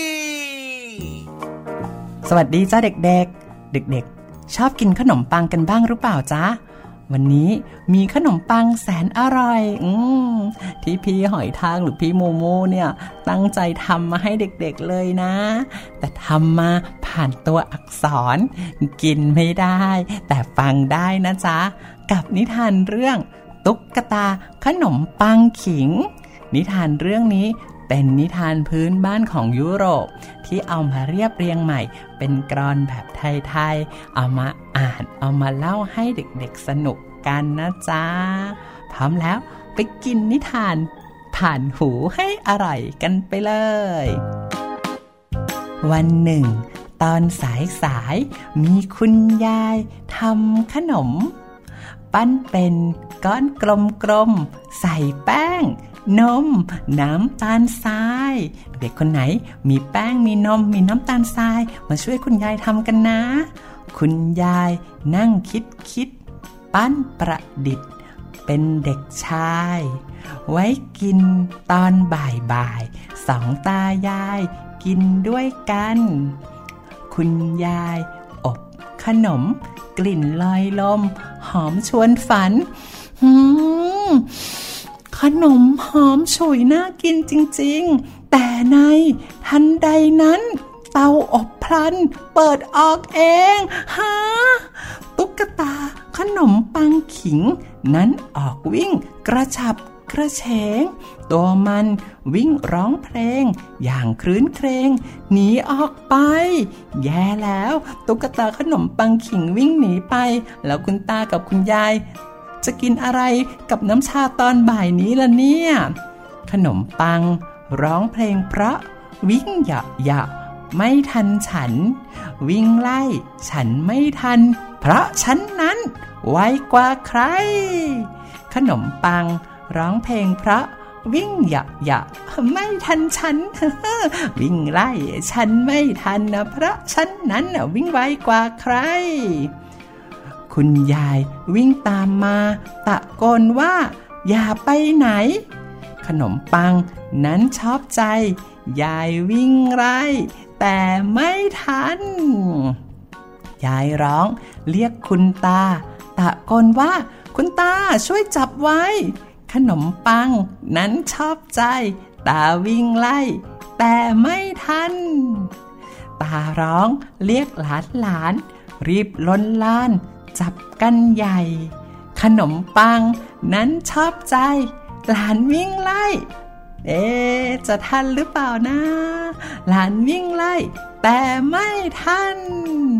สวัสดีจ้าเด็กๆเด็กๆชอบกินขนมปังกันบ้างหรือเปล่าจ๊ะวันนี้มีขนมปังแสนอร่อยอืมที่พี่หอยทากหรือพี่โมโม่เนี่ยตั้งใจทำมาให้เด็กๆเลยนะแต่ทำมาผ่านตัวอักษรกินไม่ได้แต่ฟังได้นะจ๊ะกับนิทานเรื่องตุ๊กตาขนมปังขิงนิทานเรื่องนี้เป็นนิทานพื้นบ้านของยุโรปที่เอามาเรียบเรียงใหม่เป็นกลอนแบบไทยๆเอามาอ่านเอามาเล่าให้เด็กๆสนุกกันนะจ๊ะพร้อมแล้วไปกินนิทานผ่านหูให้อร่อยกันไปเลยวันหนึ่งตอนสายๆมีคุณยายทำขนมปั้นเป็นก้อนกลมๆใส่แป้งนมน้ำตาลทรายเด็กคนไหนมีแป้งมีนมมีน้ำตาลทรายมาช่วยคุณยายทำกันนะคุณยายนั่งคิดคิดปั้นประดิษฐ์เป็นเด็กชายไว้กินตอนบ่ายๆสองตายายกินด้วยกันคุณยายอบขนมกลิ่นลอยลมหอมชวนฝันหืมขนมหอมฉุยน่ากินจริงๆแต่ในทันใดนั้นเตาอบพลันเปิดออกเองฮะตุ๊กตาขนมปังขิงนั้นออกวิ่งกระฉับกระเฉงตัวมันวิ่งร้องเพลงอย่างครื้นเครงหนีออกไปแย่แล้วตุ๊กตาขนมปังขิงวิ่งหนีไปแล้วคุณตากับคุณยายจะกินอะไรกับน้ำชาตอนบ่ายนี้ล่ะเนี่ยขนมปังร้องเพลงเพราะวิ่งเหยาะเหยาะไม่ทันฉันวิ่งไล่ฉันไม่ทันเพราะฉันนั้นไวกว่าใครขนมปังร้องเพลงเพราะวิ่งเหยาะเหยาะไม่ทันฉัน วิ่งไล่ฉันไม่ทันนะเพราะฉันนั้นวิ่งไวกว่าใครคุณยายวิ่งตามมาตะโกนว่าอย่าไปไหนขนมปังนั้นชอบใจยายวิ่งไล่แต่ไม่ทันยายร้องเรียกคุณตาตะโกนว่าคุณตาช่วยจับไว้ขนมปังนั้นชอบใจตาวิ่งไล่แต่ไม่ทันตาร้องเรียกหลานหลานรีบล้นลานจับกันใหญ่ขนมปังนั้นชอบใจหลานวิ่งไล่เอ๊ะจะทันหรือเปล่านะหลานวิ่งไล่แต่ไม่ทัน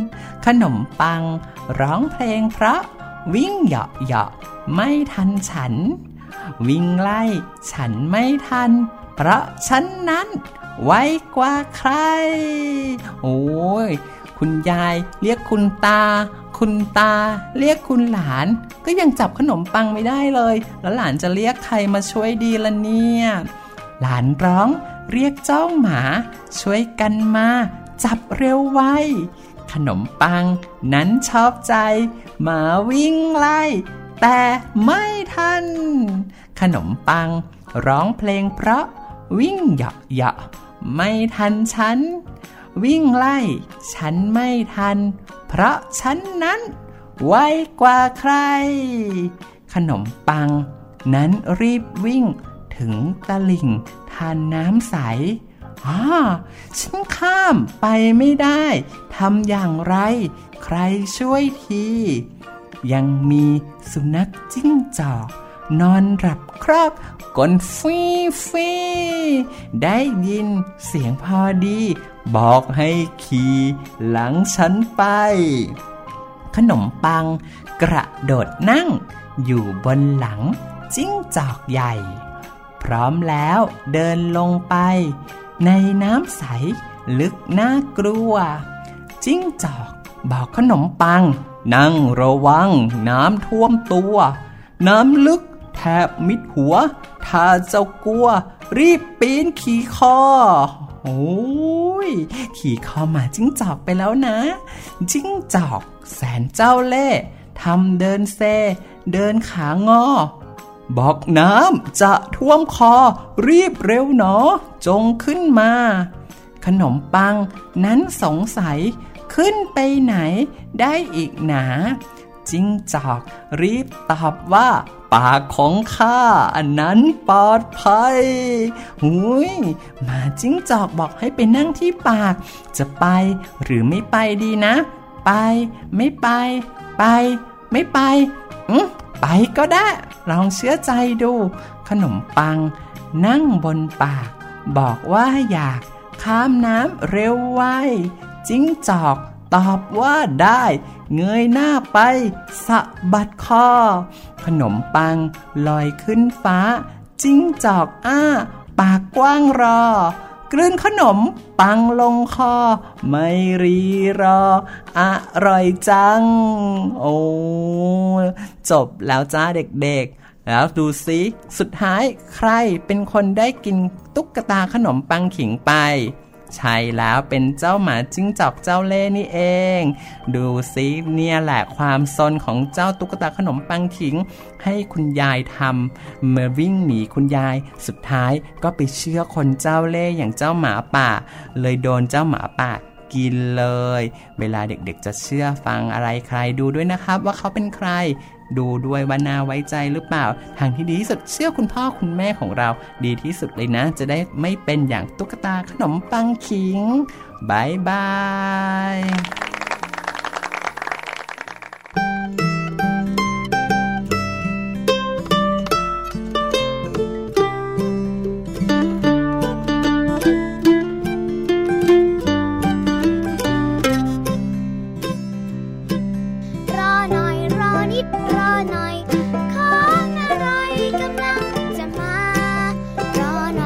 ขนมปังร้องเพลงเพราะวิ่งเหาะเหาะไม่ทันฉันวิ่งไล่ฉันไม่ทันเพราะฉันนั้นไวกว่าใครโอ้ยคุณยายเรียกคุณตาคุณตาเรียกคุณหลานก็ยังจับขนมปังไม่ได้เลยแล้วหลานจะเรียกใครมาช่วยดีล่ะเนี่ยหลานร้องเรียกเจ้าหมาช่วยกันมาจับเร็วไวขนมปังนั้นชอบใจหมาวิ่งไล่แต่ไม่ทันขนมปังร้องเพลงเพราะวิ่งเหาะเหาะไม่ทันฉันวิ่งไล่ฉันไม่ทันเพราะฉันนั้นไวกว่าใครขนมปังนั้นรีบวิ่งถึงตลิ่งทานน้ำใสอ้าฉันข้ามไปไม่ได้ทำอย่างไรใครช่วยทียังมีสุนัขจิ้งจอกนอนหลับครอบกลฟีฟีได้ยินเสียงพอดีบอกให้ขี่หลังฉันไปขนมปังกระโดดนั่งอยู่บนหลังจิ้งจอกใหญ่พร้อมแล้วเดินลงไปในน้ำใสลึกน่ากลัวจิ้งจอกบอกขนมปังนั่งระวังน้ำท่วมตัวน้ำลึกแทบมิดหัวถ้าเจ้ากลัวรีบปีนขี่คอโอ้ยขี่คอหมาจิ้งจอกไปแล้วนะจิ้งจอกแสนเจ้าเล่ห์ทำเดินเซเดินขางอบอกน้ำจะท่วมคอรีบเร็วหนอจงขึ้นมาขนมปังนั้นสงสัยขึ้นไปไหนได้อีกหนาจิ้งจอกรีบตอบว่าปากของข้าอันนั้นปลอดภัยหุยหมาจิ้งจอกบอกให้ไปนั่งที่ปากจะไปหรือไม่ไปดีนะไปไม่ไปไปไม่ไปอืมไปก็ได้ลองเชื่อใจดูขนมปังนั่งบนปากบอกว่าอยากข้ามน้ำเร็วไวจิ้งจอกตอบว่าได้เงยหน้าไปสะบัดคอขนมปังลอยขึ้นฟ้าจิ้งจอกอ้าปากกว้างรอกลืนขนมปังลงคอไม่รีรออร่อยจังโอ้จบแล้วจ้าเด็กๆแล้วดูสิสุดท้ายใครเป็นคนได้กินตุ๊กตาขนมปังขิงไปใช่แล้วเป็นเจ้าหมาจิ้งจอกเจ้าเล่ห์นี่เองดูสิเนี่ยแหละความซนของเจ้าตุ๊กตาขนมปังขิงให้คุณยายทำเมื่อวิ่งหนีคุณยายสุดท้ายก็ไปเชื่อคนเจ้าเล่ห์อย่างเจ้าหมาป่าเลยโดนเจ้าหมาป่ากินเลยเวลาเด็กๆจะเชื่อฟังอะไรใครดูด้วยนะครับว่าเขาเป็นใครดูด้วยว่าน่าไว้ใจหรือเปล่าทางที่ดีที่สุดเชื่อคุณพ่อคุณแม่ของเราดีที่สุดเลยนะจะได้ไม่เป็นอย่างตุ๊กตาขนมปังขิงบายบาย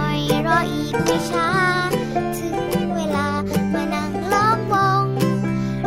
ช้าถึงเวลามานั่งล้อมวง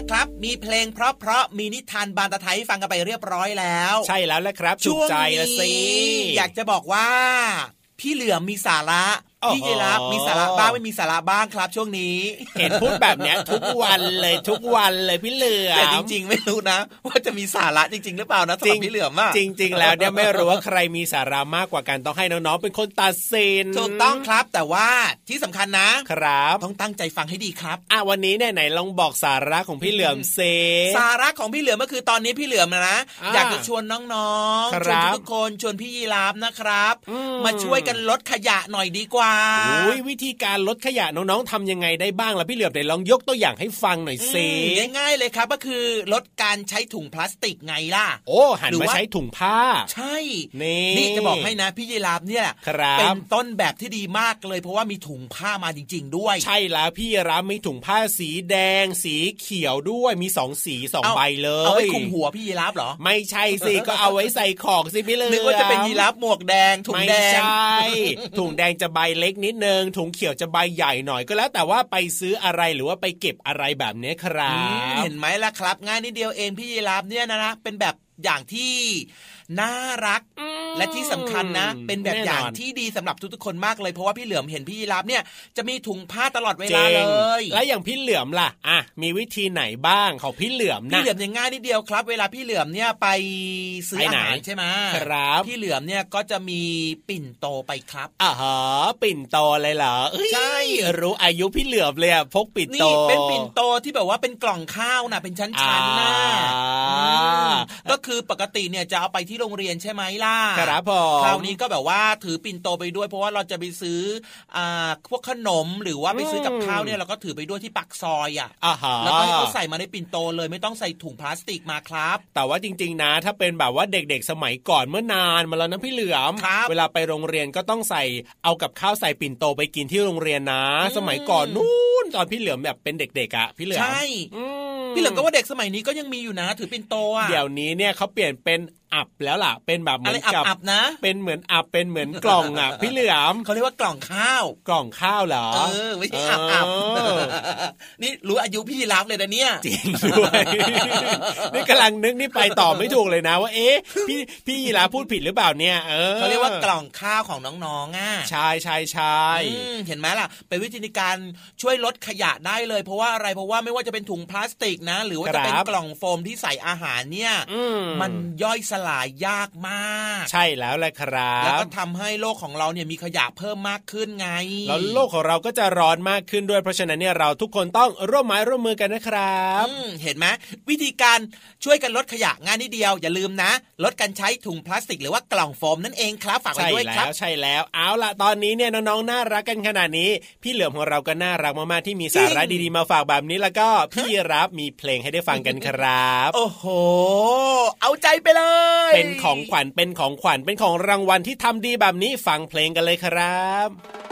ละครับมีเพลงเพราะๆมีนิทานบานตะไทยฟังกันไปเรียบร้อยแล้วใช่แล้วแหละครับถูกใจละสิอยากจะบอกว่าพี่เหลือมมีสาระพี่ยีราฟมีสาระบ้างไม่มีสาระบ้างครับช่วงนี้เห็นพูดแบบนี้ทุกวันเลยทุกวันเลยพี่เหลือมแต่จริงๆไม่รู้นะว่าจะมีสาระจริงๆหรือเปล่านะสำหรับพี่เหลือมอ่ะจริงๆแล้วเนี่ยไม่รู้ว่าใครมีสาระมากกว่ากันต้องให้น้องๆเป็นคนตัดสินถูกต้องครับแต่ว่าที่สำคัญนะครับต้องตั้งใจฟังให้ดีครับอ่ะวันนี้ไหนๆลองบอกสาระของพี่เหลือมเซสาระของพี่เหลือมก็คือตอนนี้พี่เหลือมนะอยากจะชวนน้องๆชวนทุกคนชวนพี่ยีราฟนะครับมาช่วยกันลดขยะหน่อยดีกว่าวิธีการลดขยะน้องๆทำยังไงได้บ้างล่ะพี่เหลือมไหนลองยกตัวอย่างให้ฟังหน่อยสิง่ายๆเลยครับก็คือลดการใช้ถุงพลาสติกไงล่ะโอ้หันมาใช้ถุงผ้าใช่นี่นี่จะบอกให้นะพี่ยีราฟเนี่ยเป็นต้นแบบที่ดีมากเลยเพราะว่ามีถุงผ้ามาจริงๆด้วยใช่แล้วพี่ยีราฟมีถุงผ้าสีแดงสีเขียวด้วยมีสองสีสองใบเลยเอาไว้คลุมหัวพี่ยีราฟเหรอไม่ใช่สิก็เอาไว้ใส่ของสิพี่เหลือมนึกว่าจะเป็นยีราฟหมวกแดงถุงแดงไม่ใช่ถุงแดงจะใบเล็กนิดนึงถุงเขียวจะใบใหญ่หน่อยก็แล้วแต่ว่าไปซื้ออะไรหรือว่าไปเก็บอะไรแบบนี้ครับเห็นไหมล่ะครับง่ายนิดเดียวเองพี่ยีราฟเนี่ยนะนะเป็นแบบอย่างที่น่ารักและที่สำคัญนะเป็นแบบอย่างที่ดีสำหรับทุกๆคนมากเลยเพราะว่าพี่เหลือมเห็นพี่ยีราฟเนี่ยจะมีถุงผ้าตลอดเวลาเลยแล้วอย่างพี่เหลือมล่ะอ่ะมีวิธีไหนบ้างของพี่เหลือมนะพี่เหลือมยังง่ายนิดเดียวครับเวลาพี่เหลือมเนี่ยไปซื้ออาหารใช่ไหมครับพี่เหลือมเนี่ยก็จะมีปิ่นโตไปครับอ่าฮะปิ่นโตเลยเหรอใช่รู้อายุพี่เหลือมเลยพกปิ่นโตนี่เป็นปิ่นโตที่แบบว่าเป็นกล่องข้าวนะเป็นชั้นๆนะก็คือปกติเนี่ยจะเอาไปที่โรงเรียนใช่ไหมล่ะครับผมคราวนี้ก็แบบว่าถือปิ่นโตไปด้วยเพราะว่าเราจะไปซื้ออ่าพวกขนมหรือว่าไปซื้อกับข้าวเนี่ยเราก็ถือไปด้วยที่ปากซอยอ่ะแล้วก็ให้เขาใส่มาในปิ่นโตเลยไม่ต้องใส่ถุงพลาสติกมาครับแต่ว่าจริงๆนะถ้าเป็นแบบว่าเด็กๆสมัยก่อนเมื่อนานมาแล้วนะพี่เหลือมเวลาไปโรงเรียนก็ต้องใส่เอากับข้าวใส่ปิ่นโตไปกินที่โรงเรียนนะสมัยก่อนนู้นตอนพี่เหลือมแบบเป็นเด็กๆอ่ะพี่เหลือมใช่พี่เหลือมก็ว่าเด็กสมัยนี้ก็ยังมีอยู่นะถือปิ่นโตอ่ะเดี๋ยวนี้เนี่ยเขาเปลี่ยนเป็นอับแล้วล่ะเป็นแบบเหมือนกับอับนะเป็นเหมือนอับเป็นเหมือนกล่องอ่ะพี่เหลือมเขาเรียกว่ากล่องข้าวกล่องข้าวเหรอเออไม่ใช่อับอับนี่รู้อายุพี่ยีราฟเลยนะเนี่ยจริงด้วยนี่กำลังนึกนี่ไปต่อไม่ถูกเลยนะว่าเอ๊ะพี่พี่ยีราฟพูดผิดหรือเปล่าเนี่ยเออเขาเรียกว่ากล่องข้าวของน้องๆอ่ะใช่ใช่ใช่เห็นไหมล่ะเป็นวิธีการช่วยลดขยะได้เลยเพราะว่าอะไรเพราะว่าไม่ว่าจะเป็นถุงพลาสติกนะหรือว่าจะเป็นกล่องโฟมที่ใส่อาหารเนี่ยมันย่อยสลายยากมากใช่แล้วแหละครับแล้วก็ทำให้โลกของเราเนี่ยมีขยะเพิ่มมากขึ้นไงแล้วโลกของเราก็จะร้อนมากขึ้นด้วยเพราะฉะนั้นเนี่ยเราทุกคนต้องร่วมไม้ร่วมมือกันนะครับเห็นไหมวิธีการช่วยกันลดขยะง่ายนิดเดียวอย่าลืมนะลดการใช้ถุงพลาสติกหรือว่ากล่องโฟมนั่นเองครับฝากไว้ด้วยครับใช่แล้วเอาล่ะตอนนี้เนี่ยน้องๆน่ารักกันขนาดนี้พี่เหลือมของเราก็น่ารักมากๆที่มีสาระดีๆมาฝากแบบนี้แล้วก็พี่รับมีเพลงให้ได้ฟังกันครับโอ้โหเอาใจไปเลยเป็นของขวัญเป็นของขวัญเป็นของรางวัลที่ทำดีแบบนี้ฟังเพลงกันเลยครับ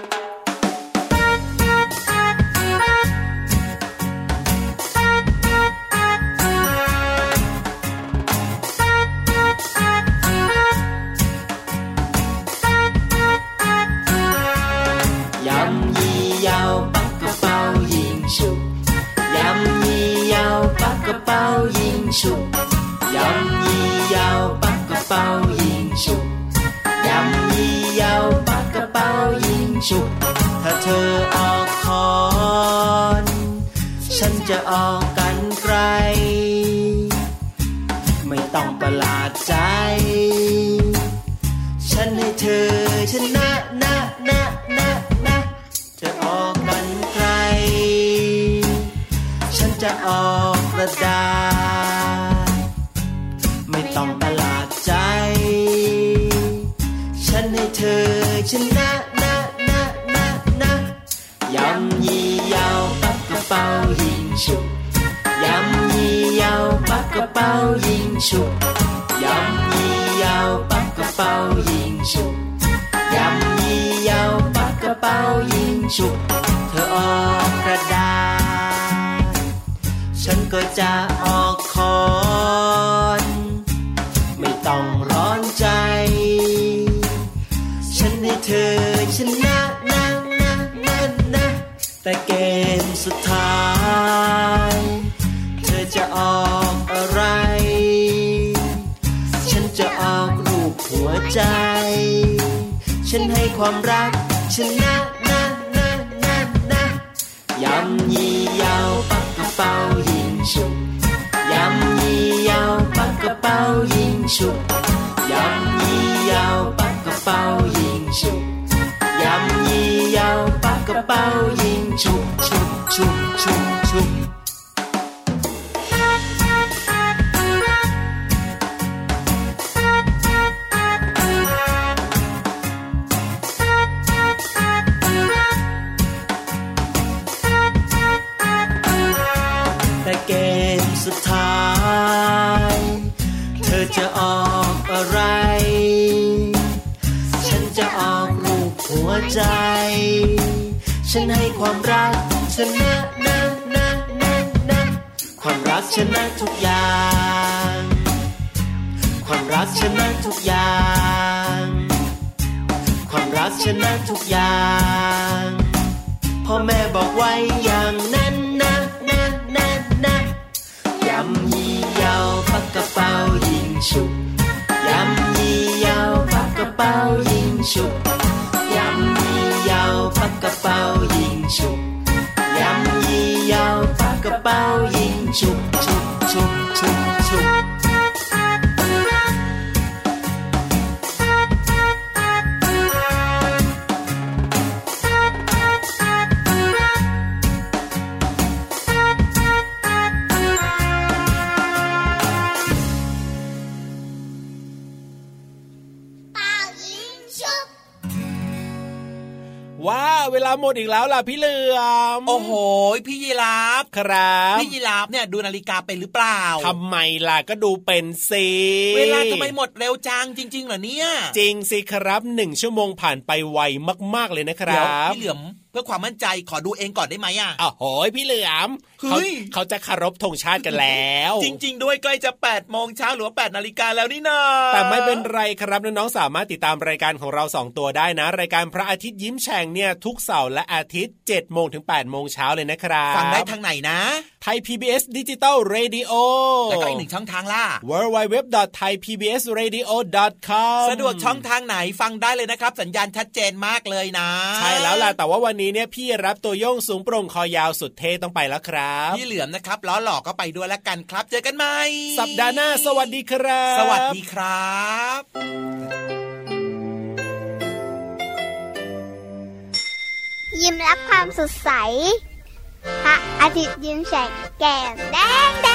ยำยี่ยาวปักกระเป๋ายิงฉุบยำยี่ยาวปักกระเป๋ายิงฉุบยำยี่ยาวปักกระเป๋ายิงฉุบยำยี่ยาวปักกระเป๋ายิงฉุบถ้าเธอออกคอนฉันจะออกกันไกลไม่ต้องประหลาดใจฉันให้เธอชนะนะนะนะนะจะออกกันไกลฉันจะออกกระดาษไม่ต้องประหลาดใจฉันให้เธอชนะนะนะนะนะยำยี่ยาวปักกระเป๋ายิงฉุบยำยี่ยาวปักกระเป๋ายิงฉุบยำยี่ยาวปักกระเป๋ายิงฉุบยำยี่ยาวปักกระเป๋ายิงฉุบเธอออกกระดาษฉันก็จะออกคอนไม่ต้องร้อนใจฉันให้เธอชนะนะนะนะนะแต่เกมสุดท้ายเธอออกอะไรฉันจะออกรูปหัวใจฉันให้ความรักฉันนะนะนะนะนะยำยี่ยาวปักกระเป๋ายิงฉุบยำยี่ยาวปักกระเป๋ายิงฉุบยำยี่ยาวปักกระเป๋ายิงฉุบยำยี่ยาวปักกระเป๋ายิงฉุบฉุบฉุบฉุบฉุบแต่เกมสุดท้ายเธอจะออกอะไรฉันจะออกรูปหัวใจฉันให้ความรักชนะนะนะนะนะความรักชนะทุกอย่างความรักชนะทุกอย่างความรักชนะทุกอย่างพ่อแม่บอกไว้อย่างนั้นนะนะนะนะยำยี่ยาวปักกระเป๋ายิงฉุบยำยี่ยาวปักกระเป๋ายิงฉุบยำยี่ยาวปักกระเป๋ายิงฉุบยำยี่ยาวปักกระเป๋ายิงฉุบฉุบฉุบฉุบฉุบว้าเวลาหมดอีกแล้วล่ะพี่เหลือมโอ้โหพี่ยีราฟครับพี่ยีราฟเนี่ยดูนาฬิกาเป็นหรือเปล่าทำไมล่ะก็ดูเป็นสิเวลาทำไมหมดเร็วจังจริงๆเหรอเนี่ยจริงสิครับหนึ่งชั่วโมงผ่านไปไวมากๆเลยนะครับพี่เหลือมเพื่อความมั่นใจขอดูเองก่อนได้ไหมอ่ะอ้าวโหยพี่เหลือมเขาเขาจะเคารพธงชาติกันแล้วจริงๆด้วยใกล้จะแปดโมงเช้าหรือว่าแปดนาฬิกาแล้วนี่นาแต่ไม่เป็นไรครับน้องๆสามารถติดตามรายการของเราสองตัวได้นะรายการพระอาทิตย์ยิ้มแฉ่งเนี่ยทุกเสาร์และอาทิตย์ เจ็ดโมงถึงแปดโมงเช้าเลยนะครับฟังได้ทางไหนนะไทย พี บี เอส Digital Radio แล้วก็อีกหนึ่งช่องทางล่ะดับเบิลยู ดับเบิลยู ดับเบิลยู ดอท ไทย พี บี เอส เรดิโอ ดอท คอมสะดวกช่องทางไหนฟังได้เลยนะครับสัญญาณชัดเจนมากเลยนะใช่แล้วล่ะแต่ว่าวันนี้เนี่ยพี่รับตัวโยงสูงโปร่งคอยาวสุดเท่ต้องไปแล้วครับพี่เหลือมนะครับล้อหลอกก็ไปด้วยแล้วกันครับเจอกันใหม่สัปดาห์หน้าสวัสดีครับสวัสดีครับยิ้มรับความสดใสพระอาทิตย์ยิ้มแฉกแก้มแดง